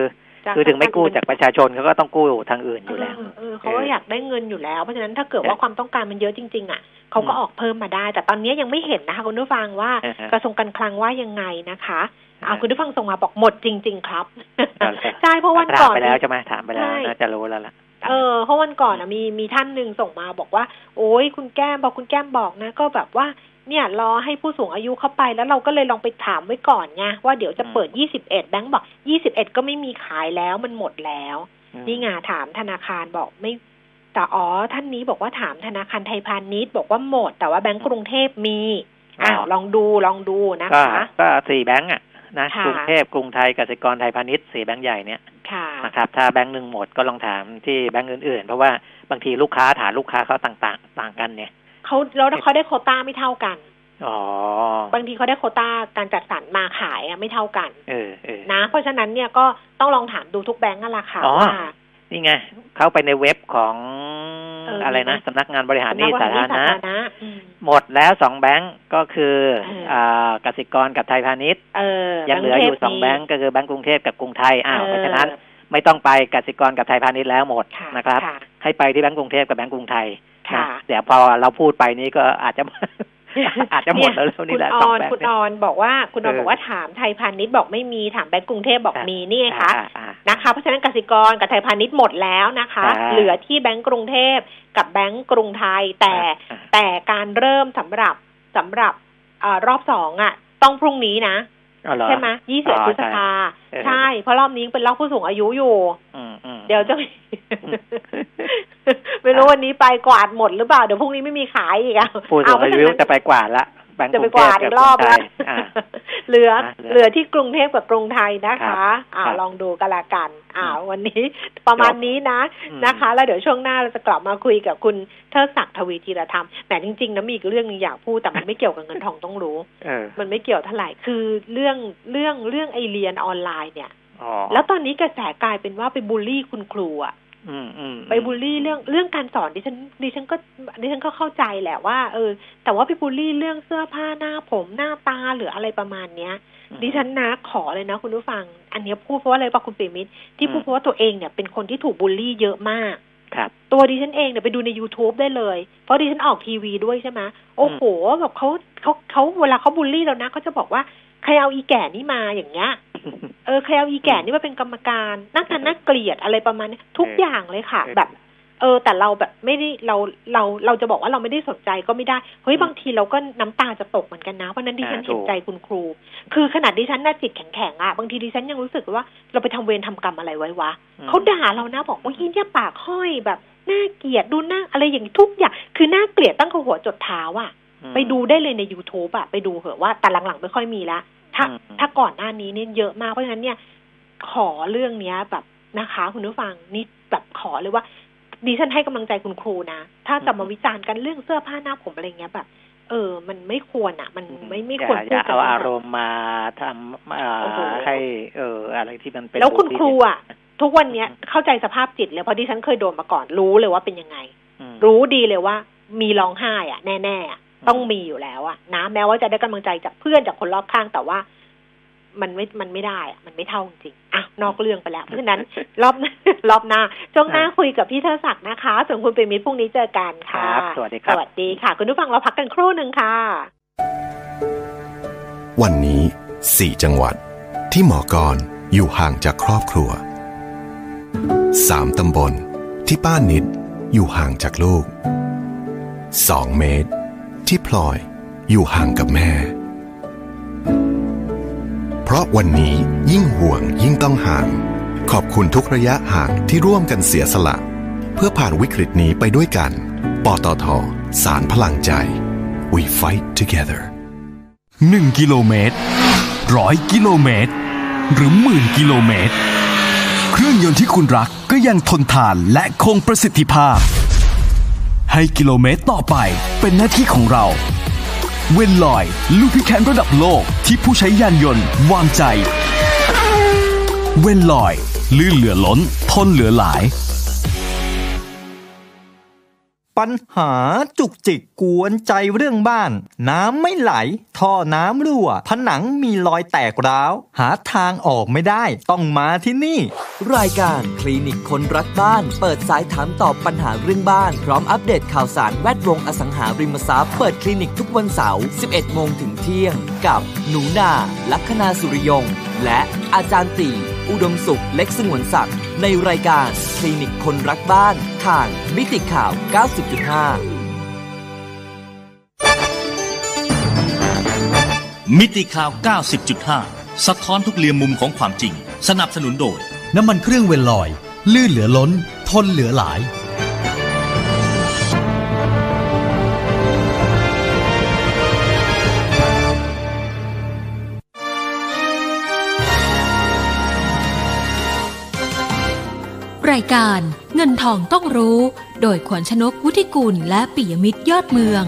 คือถึงไม่กู้จากประชาชนเขาก็ต้องกู้ทางอื่นอยู่แล้วเออเขาก็อยากได้เงินอยู่แล้วเพราะฉะนั้นถ้าเกิดว่าความต้องการมันเยอะจริงๆอ่ะเขาก็ออกเพิ่มมาได้แต่ตอนนี้ยังไม่เห็นนะคะคุณผู้ฟังว่ากระทรวงการคลังว่ายังไงนะคะเอาคุณผู้ฟังส่งมาบอกหมดจริงๆครับใช่เพราะวันก่อนถามไปแล้วใช่ไหมถามไปแล้วน่าจะรู้แล้วล่ะเออเพราะวันก่อนมีมีท่านหนึ่งส่งมาบอกว่าโอ้ยคุณแก้มบอกคุณแก้มบอกนะก็แบบว่าเนี่ยรอให้ผู้สูงอายุเข้าไปแล้วเราก็เลยลองไปถามไว้ก่อนไงว่าเดี๋ยวจะเปิดยี่สิบเอ็ดแบงค์บอกยี่สิบเอ็ดก็ไม่มีขายแล้วมันหมดแล้วนี่ไงถามธนาคารบอกไม่แต่อ๋อท่านนี้บอกว่าถามธนาคารไทยพาณิชย์บอกว่าหมดแต่ว่าแบงก์กรุงเทพมีอ้าวลองดูลองดูนะคะก็สี่แบงก์อ่ะนะกรุงเทพกรุงไทยกสิกรไทยพาณิชย์สี่แบงก์ใหญ่เนี่ยนะครับถ้าแบงก์หนึ่งหมดก็ลองถามที่แบงก์อื่นๆเพราะว่าบางทีลูกค้าฐานลูกค้าเขาต่างๆต่างกันเนี่ยเขาแล้วเขาได้โควต้าไม่เท่ากันอ๋อบางทีเขาได้โควต้าการจัดสรรมาขายไม่เท่ากันเออเออนะเพราะฉะนั้นเนี่ยก็ต้องลองถามดูทุกแบงก์นั่นแหละค่ะว่านี่ไงเข้าไปในเว็บของอะไรนะสำนักงานบริหารหนี้สาธารณะหมดแล้วสองแบงก์ก็คืออ่ากสิกรกับไทยพาณิชย์ยังเหลืออยู่สองแบงก์ก็คือแบงก์กรุงเทพกับกรุงไทยอ้าวเพราะฉะนั้นไม่ต้องไปกสิกรกับไทยพาณิชย์แล้วหมดนะครับให้ไปที่แบงก์กรุงเทพกับแบงก์กรุงไทยนะเดี๋ยวพอเราพูดไปนี้ก็อาจจะอาจจะหมดแล้วนี่แหละสองแบงค์คุณออนบอกว่าคุณออนบอกว่าถามไทยพาณิชย์บอกไม่มีถามแบงก์กรุงเทพบอกมีนี่ไงคะนะคะเพราะฉะนั้นกสิกรกับไทยพาณิชย์หมดแล้วนะคะเหลือที่แบงก์กรุงเทพกับแบงก์กรุงไทยแต่แต่การเริ่มสำหรับสำหรับรอบสองอ่ะต้องพรุ่งนี้นะใช่ไหมยี่สิบพฤษภาใช่เพราะรอบนี้เป็นรอบผู้สูงอายุอยู่เดี๋ยวจะไม่รู้วันนี้ไปกวาดหมดหรือเปล่าเดี๋ยวพรุ่งนี้ไม่มีขายอีกอ่ะผู้สูงอายุจะไปกวาดละจะไปกวาดอีกรอบแล้วเหลือเหลือที่กรุงเทพกับกรุงไทยนะคะอ่าลองดูกันละกันอ่าวันนี้ประมาณนี้นะนะคะแล้วเดี๋ยวช่วงหน้าเราจะกลับมาคุยกับคุณเทิดศักดิ์ทวีธีรธรรมแต่จริงๆนะมีอีกเรื่องนึงอยากพูดแต่มันไม่เกี่ยวกับเงินทองต้องรู้มันไม่เกี่ยวเท่าไหร่คือเรื่องเรื่องเรื่องไอเรียนออนไลน์เนี่ยแล้วตอนนี้กระแสกลายเป็นว่าไปบูลลี่คุณครูอ่ะไปบูลลี่เรื่องเรื่องการสอนดิฉันดิฉันก็ดิฉันก็เข้าใจแหละว่าเออแต่ว่าไปบูลลี่เรื่องเสื้อผ้าหน้าผมหน้าตาหรืออะไรประมาณเนี้ยดิฉันนะขอเลยนะคุณผู้ฟังอันนี้พูดเพราะว่าอะไรป่ะคุณปิ่มมิตรที่พูดเพราะว่าตัวเองเนี่ยเป็นคนที่ถูกบูลลี่เยอะมากครับตัวดิฉันเองเนี่ยไปดูใน YouTube ได้เลยเพราะดิฉันออกทีวีด้วยใช่ไหมโอ้โหแบบเขาเขาเขาเวลาเขาบูลลี่เรานะเขาจะบอกว่าใครเอาอีแก่นี่มาอย่างเงี้ยเออใครเอาอีแก่นี่มาเป็นกรรมการน่าทานน่าเกลียดอะไรประมาณนี้ทุกอย่างเลยค่ะแบบเออแต่เราแบบไม่ได้เราเราเราจะบอกว่าเราไม่ได้สนใจก็ไม่ได้เฮ้ยบางทีเราก็น้ำตาจะตกเหมือนกันนะเพราะนั้นดิฉันเห็นใจคุณครูคือขนาดดิฉันน่าจิตแข็งๆอ่ะบางทีดิฉันยังรู้สึกว่าเราไปทำเวรทำกรรมอะไรไว้วะเขาด่าเรานะบอกว่ายิ่งเนี่ยปากห้อยแบบน่าเกลียดดูหน้าอะไรอย่างทุกอย่างคือน่าเกลียดตั้งแต่หัวจดเท้าอ่ะไปดูได้เลยใน YouTube อ่ะไปดูเหอะว่าแต่หลังๆไม่ค่อยมีละถ้าถ้าก่อนหน้านี้เนี่ยเยอะมากเพราะฉะนั้นเนี่ยขอเรื่องเนี้ยแบบนะคะคุณผู้ฟังนี่แบบขอเลยว่าดิฉันให้กำลังใจคุณครูนะถ้าจะมาวิจารณ์กันเรื่องเสื้อผ้าหน้าผมอะไรเงี้ยแบบเออมันไม่ควรอ่ะมันไม่ไม่ควรพูดกันเอาอารมณ์มาทำให้เอออะไรที่มันเป็นแล้วคุณครูอ่ะทุกวันเนี้ยเข้าใจสภาพจิตเลยเพราะดิฉันเคยโดนมาก่อนรู้เลยว่าเป็นยังไงรู้ดีเลยว่ามีร้องไห้อ่ะแน่ๆต้องมีอยู่แล้วอ่ะนะแม้ว่าจะได้กำลังใจจากเพื่อนจากคนรอบข้างแต่ว่ามันไม่มันไม่ได้อ่ะมันไม่เท่าจริงอ่ะนอกเรื่องไปแล้วเพราะฉะนั้นรอบรอบหน้าช่วงหน้าคุยกับพี่เทิดศักดิ์นะคะส่วนคุณปิ่มมิตรพรุ่งนี้เจอกันค่ะสวัสดีครับสวัสดีค่ะคุณผู้ฟังเราพักกันครู่นึงค่ะวันนี้สี่จังหวัดที่หมอกรอยู่ห่างจากครอบครัวสามตำบลที่ป้านิดอยู่ห่างจากลูกสองเมตรที่พลอยอยู่ห่างกับแม่เพราะวันนี้ยิ่งห่วงยิ่งต้องห่างขอบคุณทุกระยะห่างที่ร่วมกันเสียสละเพื่อผ่านวิกฤตนี้ไปด้วยกันปตท.สานพลังใจ We fight together หนึ่งกิโลเมตรร้อยกิโลเมตรหรือหมื่นกิโลเมตรเครื่องยนต์ที่คุณรักก็ยังทนทานและคงประสิทธิภาพให้กิโลเมตรต่อไปเป็นหน้าที่ของเราเวนลอยลูพิแคนระดับโลกที่ผู้ใช้ยานยนต์วางใจเวนลอยลื่นเหลือล้นทนเหลือหลายปัญหาจุกจิกกวนใจเรื่องบ้านน้ำไม่ไหลท่อน้ำรั่วผนังมีรอยแตกร้าวหาทางออกไม่ได้ต้องมาที่นี่รายการคลินิกคนรักบ้านเปิดสายถามตอบปัญหาเรื่องบ้านพร้อมอัปเดตข่าวสารแวดวงอสังหาริมทรัพย์เปิดคลินิกทุกวันเสาร์ สิบเอ็ดโมงถึงเที่ยงกับหนูนาลัคนาสุริยงและอาจารย์ตีอุดมสุขเล็กสงวนศักดิ์ในรายการคลินิกคนรักบ้านทางมิติข่าว เก้าสิบจุดห้ามิติข่าว เก้าสิบจุดห้า สะท้อนทุกเหลี่ยมมุมของความจริงสนับสนุนโดยน้ำมันเครื่องเวลลอยลื่นเหลือล้นทนเหลือหลายรายการเงินทองต้องรู้โดยขวัญชนกวุฒิกุลและปิยมิตรยอดเมือง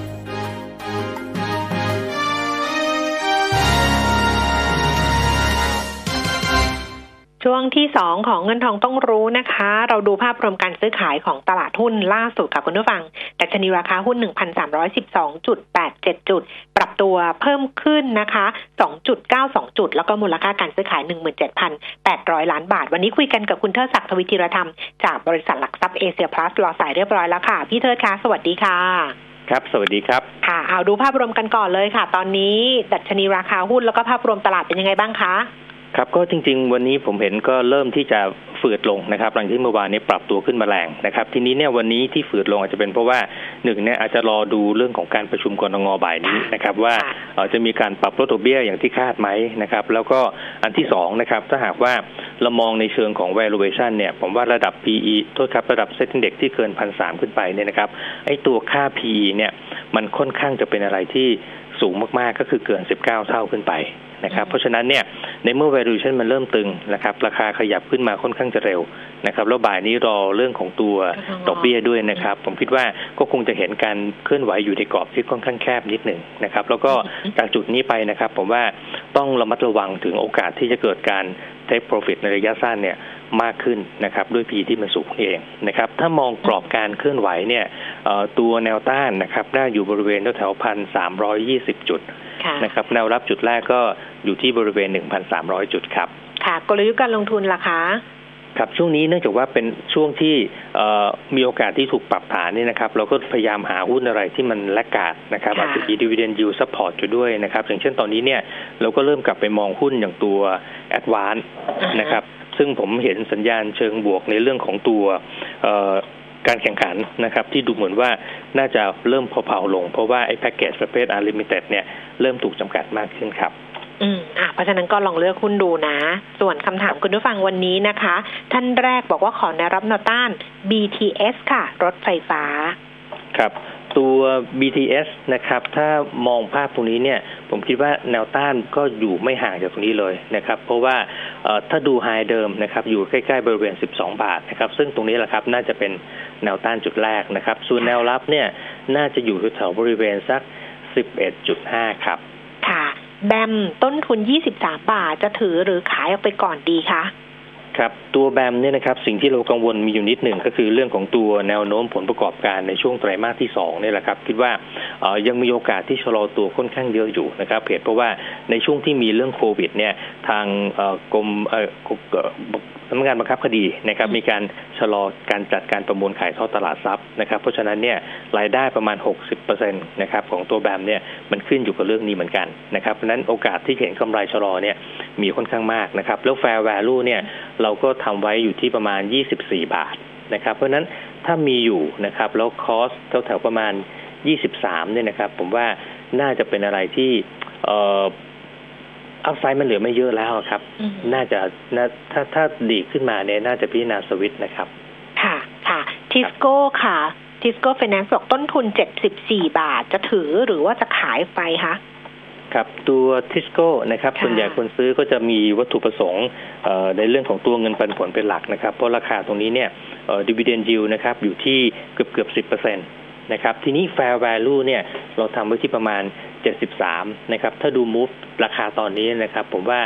ช่วงที่สองของเงินทองต้องรู้นะคะเราดูภาพรวมการซื้อขายของตลาดหุ้นล่าสุดค่ะคุณผู้ฟังดัชนีราคาหุ้น หนึ่งพันสามร้อยสิบสองจุดแปดเจ็ด จุดปรับตัวเพิ่มขึ้นนะคะ สองจุดเก้าสอง จุดแล้วก็มูลค่าการซื้อขาย หนึ่งหมื่นเจ็ดพันแปดร้อย ล้านบาทวันนี้คุยกันกับคุณเทิดศักดิ์ทวิธีรธรรมจากบริษัทหลักทรัพย์เอเชียพลัสรอสายเรียบร้อยแล้วค่ะพี่เทิดคะสวัสดีค่ะครับสวัสดีครับค่ะเอาดูภาพรวมกันก่อนเลยค่ะตอนนี้ดัชนีราคาหุ้นแล้วก็ภาพรวมตลาดเป็นยังไงบ้างคะครับก็จริงๆวันนี้ผมเห็นก็เริ่มที่จะฝืดลงนะครับหลังที่เมื่อวานนี้ปรับตัวขึ้นมาแรงนะครับทีนี้เนี่ยวันนี้ที่ฝืดลงอาจจะเป็นเพราะว่าหนึ่งเนี่ยอาจจะรอดูเรื่องของการประชุมกนง.บ่ายนี้นะครับว่าจะมีการปรับลดดอกเบี้ยอย่างที่คาดไหมนะครับแล้วก็อันที่สองนะครับถ้าหากว่าเรามองในเชิงของ valuation เนี่ยผมว่าระดับ พี อี โทษครับระดับ Set Index ที่เกิน หนึ่งพันสามร้อย ขึ้นไปเนี่ยนะครับไอ้ตัวค่า พี อี เนี่ยมันค่อนข้างจะเป็นอะไรที่สูงมากๆก็คือเกินสิบเก้าเท่าขึ้นไปนะครับเพราะฉะนั้นเนี่ยในเมื่อ valuation มันเริ่มตึงนะครับราคาขยับขึ้นมาค่อนข้างจะเร็วนะครับแล้วบ่ายนี้รอเรื่องของตัวดอกเบี้ยด้วยนะครับผมคิดว่าก็คงจะเห็นการเคลื่อนไหวอยู่ในกรอบที่ค่อนข้างแคบนิดหนึ่งนะครับแล้วก็จากจุดนี้ไปนะครับผมว่าต้องระมัดระวังถึงโอกาสที่จะเกิดการ take profit ในระยะสั้นเนี่ยมากขึ้นนะครับด้วย พี ที่มันสูงเองนะครับถ้ามองกรอบการเคลื่อนไหวเนี่ยตัวแนวต้านนะครับน่าอยู่บริเวณแถวๆ หนึ่งพันสามร้อยยี่สิบ จุดนะครับแนวรับจุดแรกก็อยู่ที่บริเวณ หนึ่งพันสามร้อย จุดครับค่ะกลยุทธ์การลงทุนล่ะคะครับช่วงนี้เนื่องจากว่าเป็นช่วงที่มีโอกาสที่ถูกปรับฐานนี่นะครับเราก็พยายามหาหุ้นอะไรที่มันแลกขาดนะครับอาจจะมี dividend yield support อยู่ด้วยนะครับอย่างเช่นตอนนี้เนี่ยเราก็เริ่มกลับไปมองหุ้นอย่างตัว Advance นะครับซึ่งผมเห็นสัญญาณเชิงบวกในเรื่องของตัวการแข่งขันนะครับที่ดูเหมือนว่าน่าจะเริ่มเผาๆลงเพราะว่าไอ้แพ็คเกจประเภท Unlimited เนี่ยเริ่มถูกจำกัดมากขึ้นครับอืมอ่ะเพราะฉะนั้นก็ลองเลือกหุ้นดูนะส่วนคำถามคุณผู้ฟังวันนี้นะคะท่านแรกบอกว่าขอแนวรับแนวต้าน บี ที เอส ค่ะรถไฟฟ้าครับตัว บี ที เอส นะครับถ้ามองภาพตรงนี้เนี่ยผมคิดว่าแนวต้านก็อยู่ไม่ห่างจากตรงนี้เลยนะครับเพราะว่าถ้าดูไฮเดิมนะครับอยู่ใกล้ๆบริเวณสิบสองบาทนะครับซึ่งตรงนี้แหละครับน่าจะเป็นแนวต้านจุดแรกนะครับส่วนแนวรับเนี่ยน่าจะอยู่แถวๆบริเวณสัก สิบเอ็ดจุดห้า ครับค่ะแบมต้นทุนยี่สิบสามบาทจะถือหรือขายออกไปก่อนดีคะครับตัวแบมเนี่ยนะครับสิ่งที่เรากังวลมีอยู่นิดหนึ่งก็คือเรื่องของตัวแนวโน้มผลประกอบการในช่วงไตรมาสที่สองนี่แหละครับคิดว่าเอ่อยังมีโอกาสที่ชะลอตัวค่อนข้างเยอะอยู่นะครับเหตุเพราะว่าในช่วงที่มีเรื่องโควิดเนี่ยทางเอ่อกรมเอ่อสำนักงานบังคับคดีนะครับมีการชะลอการจัดการประมูลขายทอดตลาดทรัพย์นะครับเพราะฉะนั้นเนี่ยรายได้ประมาณ หกสิบเปอร์เซ็นต์ นะครับของตัวแบมเนี่ยมันขึ้นอยู่กับเรื่องนี้เหมือนกันนะครับเพราะฉะนั้นโอกาสที่เห็นกำไรชะลอเนี่ยมีค่อนข้างมากนะครับแล้ว Fair Value เนี่ยเราก็ทำไว้อยู่ที่ประมาณยี่สิบสี่บาทนะครับเพราะฉะนั้นถ้ามีอยู่นะครับแล้วคอสแถวๆประมาณยี่สิบสามเนี่ยนะครับผมว่าน่าจะเป็นอะไรที่เอ่ออัพไซด์มันเหลือไม่เยอะแล้วครับน่าจะน่าถ้าถ้าดีขึ้นมาเนี่ยน่าจะพิจารณาสวิตช์นะครับค่ะค่ะทิสโก้ค่ะทิสโก้ไฟแนนซ์บอกต้นทุนเจ็ดสิบสี่บาทจะถือหรือว่าจะขายไปคะครับตัวทิสโก้นะครับส่วนใหญ่คนซื้อก็จะมีวัตถุประสงค์ในเรื่องของตัวเงินปันผลเป็นหลักนะครับเพราะราคาตรงนี้เนี่ย dividend yield นะครับอยู่ที่เกือบเกือบสิบเปอร์เซ็นต์นะครับทีนี้ fair value เนี่ยเราทำไว้ที่ประมาณเจ็ดสิบสามนะครับถ้าดู move ราคาตอนนี้นะครับผมว่า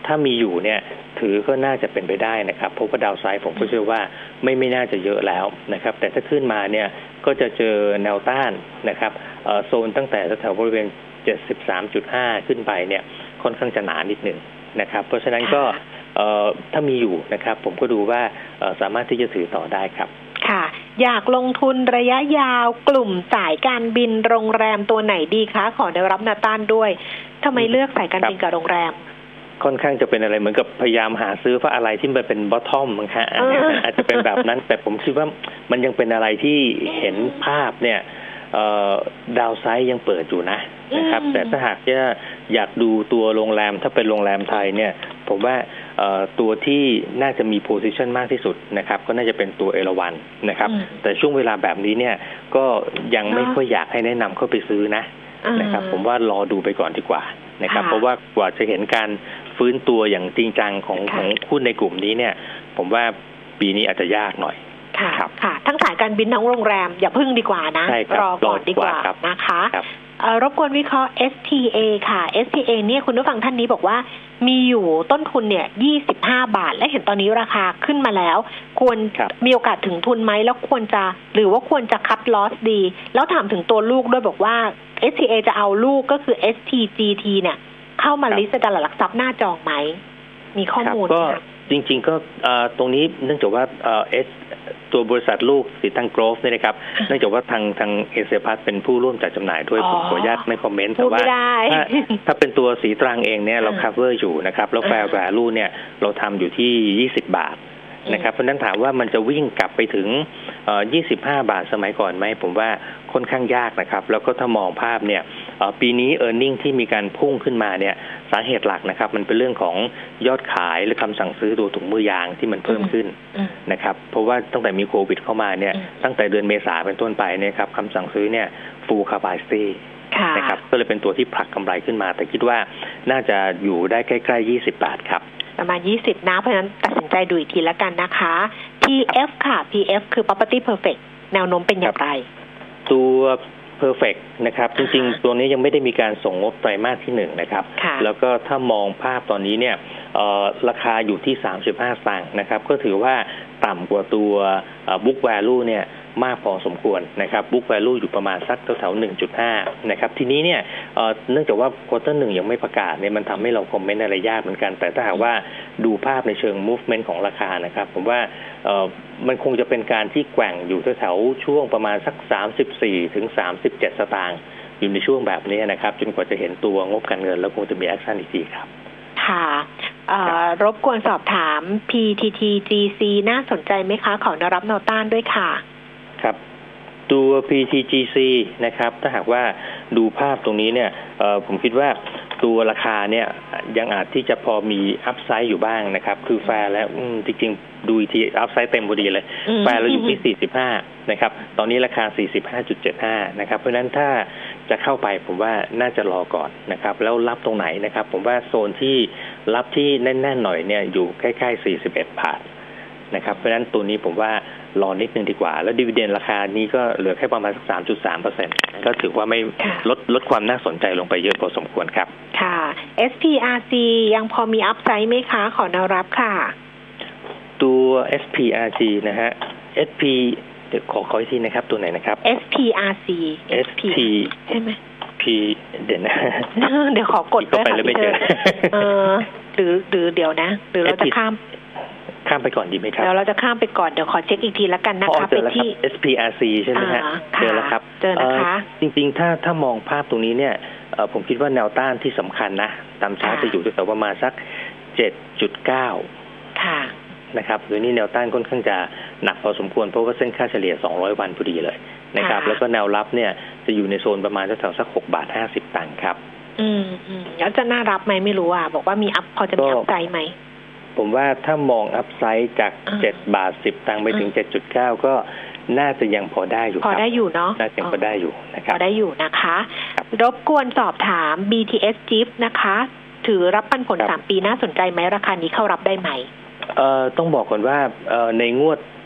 ถ้ามีอยู่เนี่ยถือก็น่าจะเป็นไปได้นะครับเพราะว่าดาวไซด์ผมก็เชื่อว่าไม่ไม่น่าจะเยอะแล้วนะครับแต่ถ้าขึ้นมาเนี่ยก็จะเจอแนวต้านนะครับโซนตั้งแต่แถวบริเวณ เจ็ดสิบสามจุดห้า ขึ้นไปเนี่ยค่อนข้างจะหนานิดนึงนะครับเพราะฉะนั้นก็ถ้ามีอยู่นะครับผมก็ดูว่าสามารถที่จะถือต่อได้ครับค่ะอยากลงทุนระยะยาวกลุ่มสายการบินโรงแรมตัวไหนดีคะขอได้รับแนวต้านด้วยทำไมเลือกสายการบินกับโรงแรมค่อนข้างจะเป็นอะไรเหมือนกับพยายามหาซื้อว่าอะไรที่มันเป็นบอททอมมั้งคะอาจจะเป็นแบบนั้นแต่ผมคิดว่ามันยังเป็นอะไรที่เห็นภาพเนี่ยดาวไซด์ยังเปิดอยู่นะนะครับแต่ถ้าหากจะอยากดูตัวโรงแรมถ้าเป็นโรงแรมไทยเนี่ยผมว่าตัวที่น่าจะมีโพซิชันมากที่สุดนะครับก็น่าจะเป็นตัวเอราวัณนะครับแต่ช่วงเวลาแบบนี้เนี่ยก็ยังไม่ค่อยอยากให้แนะนำเข้าไปซื้อนะนะครับผมว่ารอดูไปก่อนดีกว่านะครับเพราะว่ากว่าจะเห็นการฟื้นตัวอย่างจริงจังของของหุ้นในกลุ่มนี้เนี่ยผมว่าปีนี้อาจจะยากหน่อยค่ะค่ะทั้งสายการบินทั้งโรงแรมอย่าพึ่งดีกว่านะรอก่อนดีกว่านะคะรบกวนวิเคราะห์ เอส ที เอ ค่ะ เอส ที เอ เนี่ยคุณผู้ฟังท่านนี้บอกว่ามีอยู่ต้นทุนเนี่ยยี่สิบห้าบาทและเห็นตอนนี้ราคาขึ้นมาแล้วควรมีโอกาสถึงทุนไหมแล้วควรจะหรือว่าควรจะคัทลอสดีแล้วถามถึงตัวลูกด้วยบอกว่า เอส ที เอ จะเอาลูกก็คือ เอส ที จี ที เนี่ยเข้ามาลิสต์ในตลาดหลักทรัพย์หน้าจองไหมมีข้อมูลก็จริงๆก็ตรงนี้เนื่องจากว่าเอสตัวบริษัทลูกสีตังโกรฟเนี่ยนะครับเนื่องจากว่าทางทางเอเชียพาสเป็นผู้ร่วมจัดจำหน่ายด้วยผมขออนุญาตไม่คอมเมนต์แต่ว่าถ้าถ้าเป็นตัวสีตรังเองเนี่ยเรา cover อยู่นะครับแล้ว fair value เนี่ยเราทำอยู่ที่ยี่สิบบาทนะครับเพราะนั้นถามว่ามันจะวิ่งกลับไปถึงยี่สิบห้าบาทสมัยก่อนไหมผมว่าค่อนข้างยากนะครับแล้วก็ถ้ามองภาพเนี่ยปีนี้ earning ที่มีการพุ่งขึ้นมาเนี่ยสาเหตุหลักนะครับมันเป็นเรื่องของยอดขายหรือคำสั่งซื้อตัวถุงมือยางที่มันเพิ่มขึ้นนะครับเพราะว่าตั้งแต่มีโควิดเข้ามาเนี่ยตั้งแต่เดือนเมษาเป็นต้นไปเนี่ยครับคำสั่งซื้อเนี่ย full capacity นะครับก็เลยเป็นตัวที่ผลักกำไรขึ้นมาแต่คิดว่าน่าจะอยู่ได้ใกล้ๆยี่สิบบาทครับประมาณยี่สิบนะเพราะฉะนั้นตัดสินใจดูอีกทีแล้วกันนะคะ พี เอฟ ค่ะ พี เอฟ คือ Property Perfect แนวโน้มเป็นอย่างไรตัว Perfect นะครับจริงๆตัวนี้ยังไม่ได้มีการส่งงบไตรมาสที่หนึ่งนะครับแล้วก็ถ้ามองภาพตอนนี้เนี่ยราคาอยู่ที่สามสิบห้าสตางค์นะครับก็ถือว่าต่ำกว่าตัว Book Value เนี่ยมากพอสมควรนะครับ Book Value อยู่ประมาณสักแถวๆ หนึ่งจุดห้า นะครับทีนี้เนี่ยเนื่องจากว่าควอเตอร์หนึ่งยังไม่ประกาศเนี่ยมันทำให้เราคอมเมนต์อะไรยากเหมือนกันแต่ถ้าหากว่าดูภาพในเชิง movement ของราคานะครับผมว่ามันคงจะเป็นการที่แกว่งอยู่แถวๆช่วงประมาณสักสามสิบสี่ถึงสามสิบเจ็ดสตางค์อยู่ในช่วงแบบนี้นะครับจนกว่าจะเห็นตัวงบการเงินแล้วคงจะมีแอคชั่นอีกทีครับค่ะรบกวนสอบถาม พี ที ที จี ซี น่าสนใจไหมคะขอแนวรับแนวต้านด้วยค่ะครับตัว พี ที จี ซี นะครับถ้าหากว่าดูภาพตรงนี้เนี่ยผมคิดว่าตัวราคาเนี่ยยังอาจที่จะพอมีอัพไซด์อยู่บ้างนะครับคือแฟร์แล้วจริงๆดูทีอัพไซด์เต็มพอดีเลยแฟร์เราอยู่ที่สี่สิบห้านะครับตอนนี้ราคา สี่สิบห้าจุดเจ็ดห้า นะครับเพราะฉะนั้นถ้าจะเข้าไปผมว่าน่าจะรอก่อนนะครับแล้วรับตรงไหนนะครับผมว่าโซนที่รับที่แน่นๆหน่อยเนี่ยอยู่ใกล้ๆสี่สิบเอ็ดบาทนะครับเพราะฉะนั้นตัวนี้ผมว่ารอนิดนึงดีกว่าแล้วดิวิเดนราคานี้ก็เหลือแค่ประมาณสัก สามจุดสามเปอร์เซ็นต์ ก็ถือว่าไม่ลดลดความน่าสนใจลงไปเยอะพอสมควรครับค่ะ เอส พี อาร์ ซี ยังพอมีอัพไซด์ไหมคะขอแนวรับค่ะตัว เอส พี อาร์ ซี นะฮะ เอส พี เดี๋ยวขอขออีกทีนะครับตัวไหนนะครับเอส พี อาร์ ซีเอส พีใช่ไหม P เดี๋ยวนะเดี๋ยวขอกดด้วยค่ะพี่เจอเออหรือหรือเดี๋ยวนะหรือเราจะข้ามข้ามไปก่อนดีไหมครับเดี๋ยวเราจะข้ามไปก่อนเดี๋ยวขอเช็คอีกทีแล้วกันนะคะไปที่ เอส พี อาร์ ซี ใช่ไหมฮะเจอแล้วครับเจอนะคะจริงๆถ้าถ้ามองภาพตรงนี้เนี่ยผมคิดว่าแนวต้านที่สำคัญนะตามชาร์ตจะอยู่ที่ประมาณสัก เจ็ดจุดเก้าค่ะนะครับโดยนี้แนวต้านค่อนข้างจะหนักพอสมควรเพราะว่าเส้นค่าเฉลี่ยสองร้อยวันพอดีเลยนะครับแล้วก็แนวรับเนี่ยจะอยู่ในโซนประมาณแถวๆสักหกบาทห้าสิบตังค์ครับอืมอืมแล้วจะน่ารับไหมไม่รู้อ่ะบอกว่ามีอัพพอจะมีอัพไซด์ไหมผมว่าถ้ามองอัพไซด์จากเจ็ดบาทสิบตังค์ไปถึง เจ็ดจุดเก้า ก็น่าจะยังพอได้อยู่พอได้อยู่เนาะน่าจะพอได้อยู่นะครับพอได้อยู่นะคะรบกวนสอบถาม บี ที เอส จี ไอ พี นะคะถือรับปันผลสามปีน่าสนใจไหมราคานี้เข้ารับได้ไหมเอ่อต้องบอกก่อนว่าเอ่อในงวด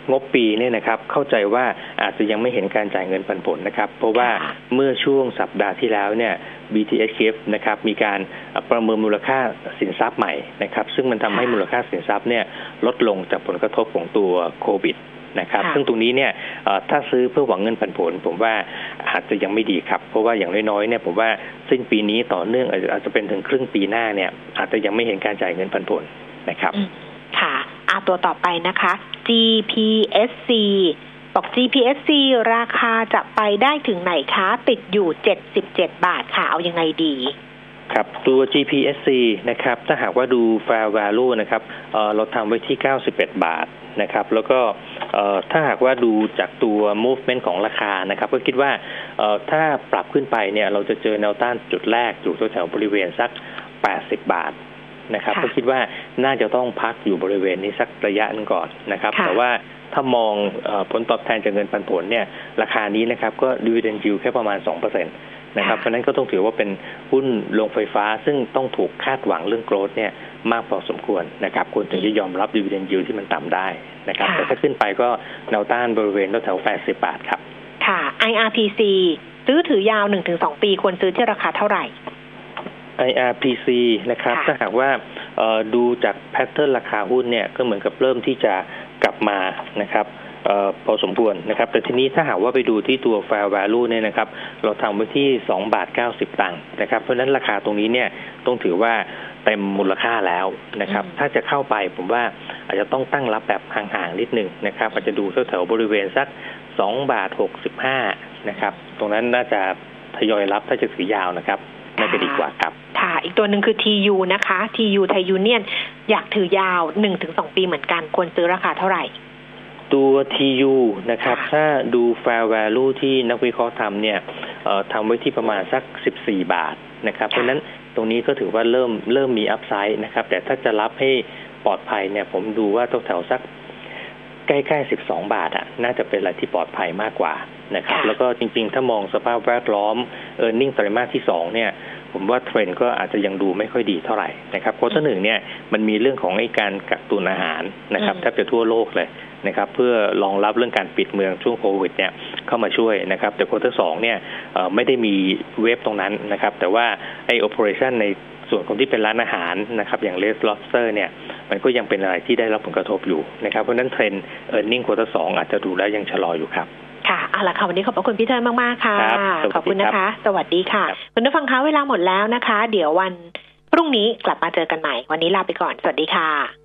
งบปีเนี่ยนะครับเข้าใจว่าอาจจะยังไม่เห็นการจ่ายเงินปันผลนะครับเพราะว่าเมื่อช่วงสัปดาห์ที่แล้วเนี่ย บี ที เอส เค เอฟ นะครับมีการประเมินมูลค่าสินทรัพย์ใหม่นะครับซึ่งมันทำให้มูลค่าสินทรัพย์เนี่ยลดลงจากผลกระทบของตัวโควิดนะครับซึ่งตรงนี้เนี่ยถ้าซื้อเพื่อหวังเงินปันผลผมว่าอาจจะยังไม่ดีครับเพราะว่าอย่างน้อยๆเนี่ยผมว่าสิ้นปีนี้ต่อเนื่องอาจจะเป็นถึงครึ่งปีหน้าเนี่ยอาจจะยังไม่เห็นการจ่ายเงินปันผลนะครับค่ะอ่ะตัวต่อไปนะคะ จี พี เอส ซี บอก จี พี เอส ซี ราคาจะไปได้ถึงไหนคะติดอยู่เจ็ดสิบเจ็ดบาทค่ะเอายังไงดีครับตัว จี พี เอส ซี นะครับถ้าหากว่าดู fair value นะครับเอ่อเราทำไว้ที่เก้าสิบเอ็ดบาทนะครับแล้วก็เอ่อถ้าหากว่าดูจากตัว movement ของราคานะครับก็คิดว่าเอ่อถ้าปรับขึ้นไปเนี่ยเราจะเจอแนวต้านจุดแรกอยู่แถวๆบริเวณสักแปดสิบบาทนะครับก็คิดว่าน่าจะต้องพักอยู่บริเวณนี้สักระยะนึงก่อนนะครับแต่ว่าถ้ามองผลตอบแทนจากเงินปันผลเนี่ยราคานี้นะครับก็ dividend yield แค่ประมาณ สองเปอร์เซ็นต์ นะครับเพราะนั้นก็ต้องถือว่าเป็นหุ้นโรงไฟฟ้าซึ่งต้องถูกคาดหวังเรื่อง growth เนี่ยมากพอสมควรนะครับควรถึงจะยอมรับ dividend yield ที่มันต่ำได้นะครับแต่ถ้าขึ้นไปก็แนวต้านบริเวณแถวๆแปดสิบบาทครับค่ะ ไอ อาร์ พี ซี ซื้อถือยาว หนึ่งถึงสอง ปีควรซื้อที่ราคาเท่าไหร่ไอ อาร์ พี ซี นะครับถ้าหากว่าดูจากแพทเทิร์นราคาหุ้นเนี่ยก็เหมือนกับเริ่มที่จะกลับมานะครับออพอสมควรนะครับแต่ทีนี้ถ้าหากว่าไปดูที่ตัว fair value เนี่ยนะครับเราทำไว้ที่สองบาทเก้าสิบตังค์นะครับเพราะฉะนั้นราคาตรงนี้เนี่ยต้องถือว่าเต็มมูลค่าแล้วนะครับถ้าจะเข้าไปผมว่าอาจจะต้องตั้งรับแบบห่างๆนิดนึงนะครับอาจจะดูแถวๆบริเวณสักสองบาทหกสิบห้านะครับตรงนั้นน่าจะทยอยรับถ้าจะถือยาวนะครับน่าจะดีกว่าครับค่ะอีกตัวหนึ่งคือ ที ยู นะคะ ที ยู ไทยยูเนียนอยากถือยาว หนึ่งถึงสอง ปีเหมือนกันควรซื้อราคาเท่าไหร่ตัว ที ยู นะครับถ้าดู fair value ที่นักวิเคราะห์ทำเนี่ยทำไว้ที่ประมาณสักสิบสี่บาทนะครับเพราะฉะนั้นตรงนี้ก็ถือว่าเริ่มเริ่มมีอัพไซด์นะครับแต่ถ้าจะรับให้ปลอดภัยเนี่ยผมดูว่าแถวๆสักใกล้ๆสิบสองบาทอ่ะน่าจะเป็นอะไรที่ปลอดภัยมากกว่านะครับแล้วก็จริงๆถ้ามองสภาพแวดล้อม earning ไตรมาสที่สองเนี่ยผมว่าเทรนด์ก็อาจจะยังดูไม่ค่อยดีเท่าไหร่นะครับควอเตอร์หนึ่งเนี่ยมันมีเรื่องของไอ้การกักตุนอาหารนะครับแทบจะทั่วโลกเลยนะครับเพื่อรองรับเรื่องการปิดเมืองช่วงโควิดเนี่ยเข้ามาช่วยนะครับแต่ควอเตอร์สองเนี่ยไม่ได้มีเวฟตรงนั้นนะครับแต่ว่าไอ้ operation ในส่วนของที่เป็นร้านอาหารนะครับอย่าง Red Lobster เนี่ยมันก็ยังเป็นอะไรที่ได้รับผลกระทบอยู่นะครับเพราะนั้นเทรนด์ earning ควอเตอร์สองอาจจะดูแล้วยังชะลออยู่ครับค่ะเอาล่ะค่ะวันนี้ขอบคุณพี่เทิดมากๆค่ะขอบคุณนะคะสวัสดีค่ะคุณผู้ฟังคะเวลาหมดแล้วนะคะเดี๋ยววันพรุ่งนี้กลับมาเจอกันใหม่วันนี้ลาไปก่อนสวัสดีค่ะ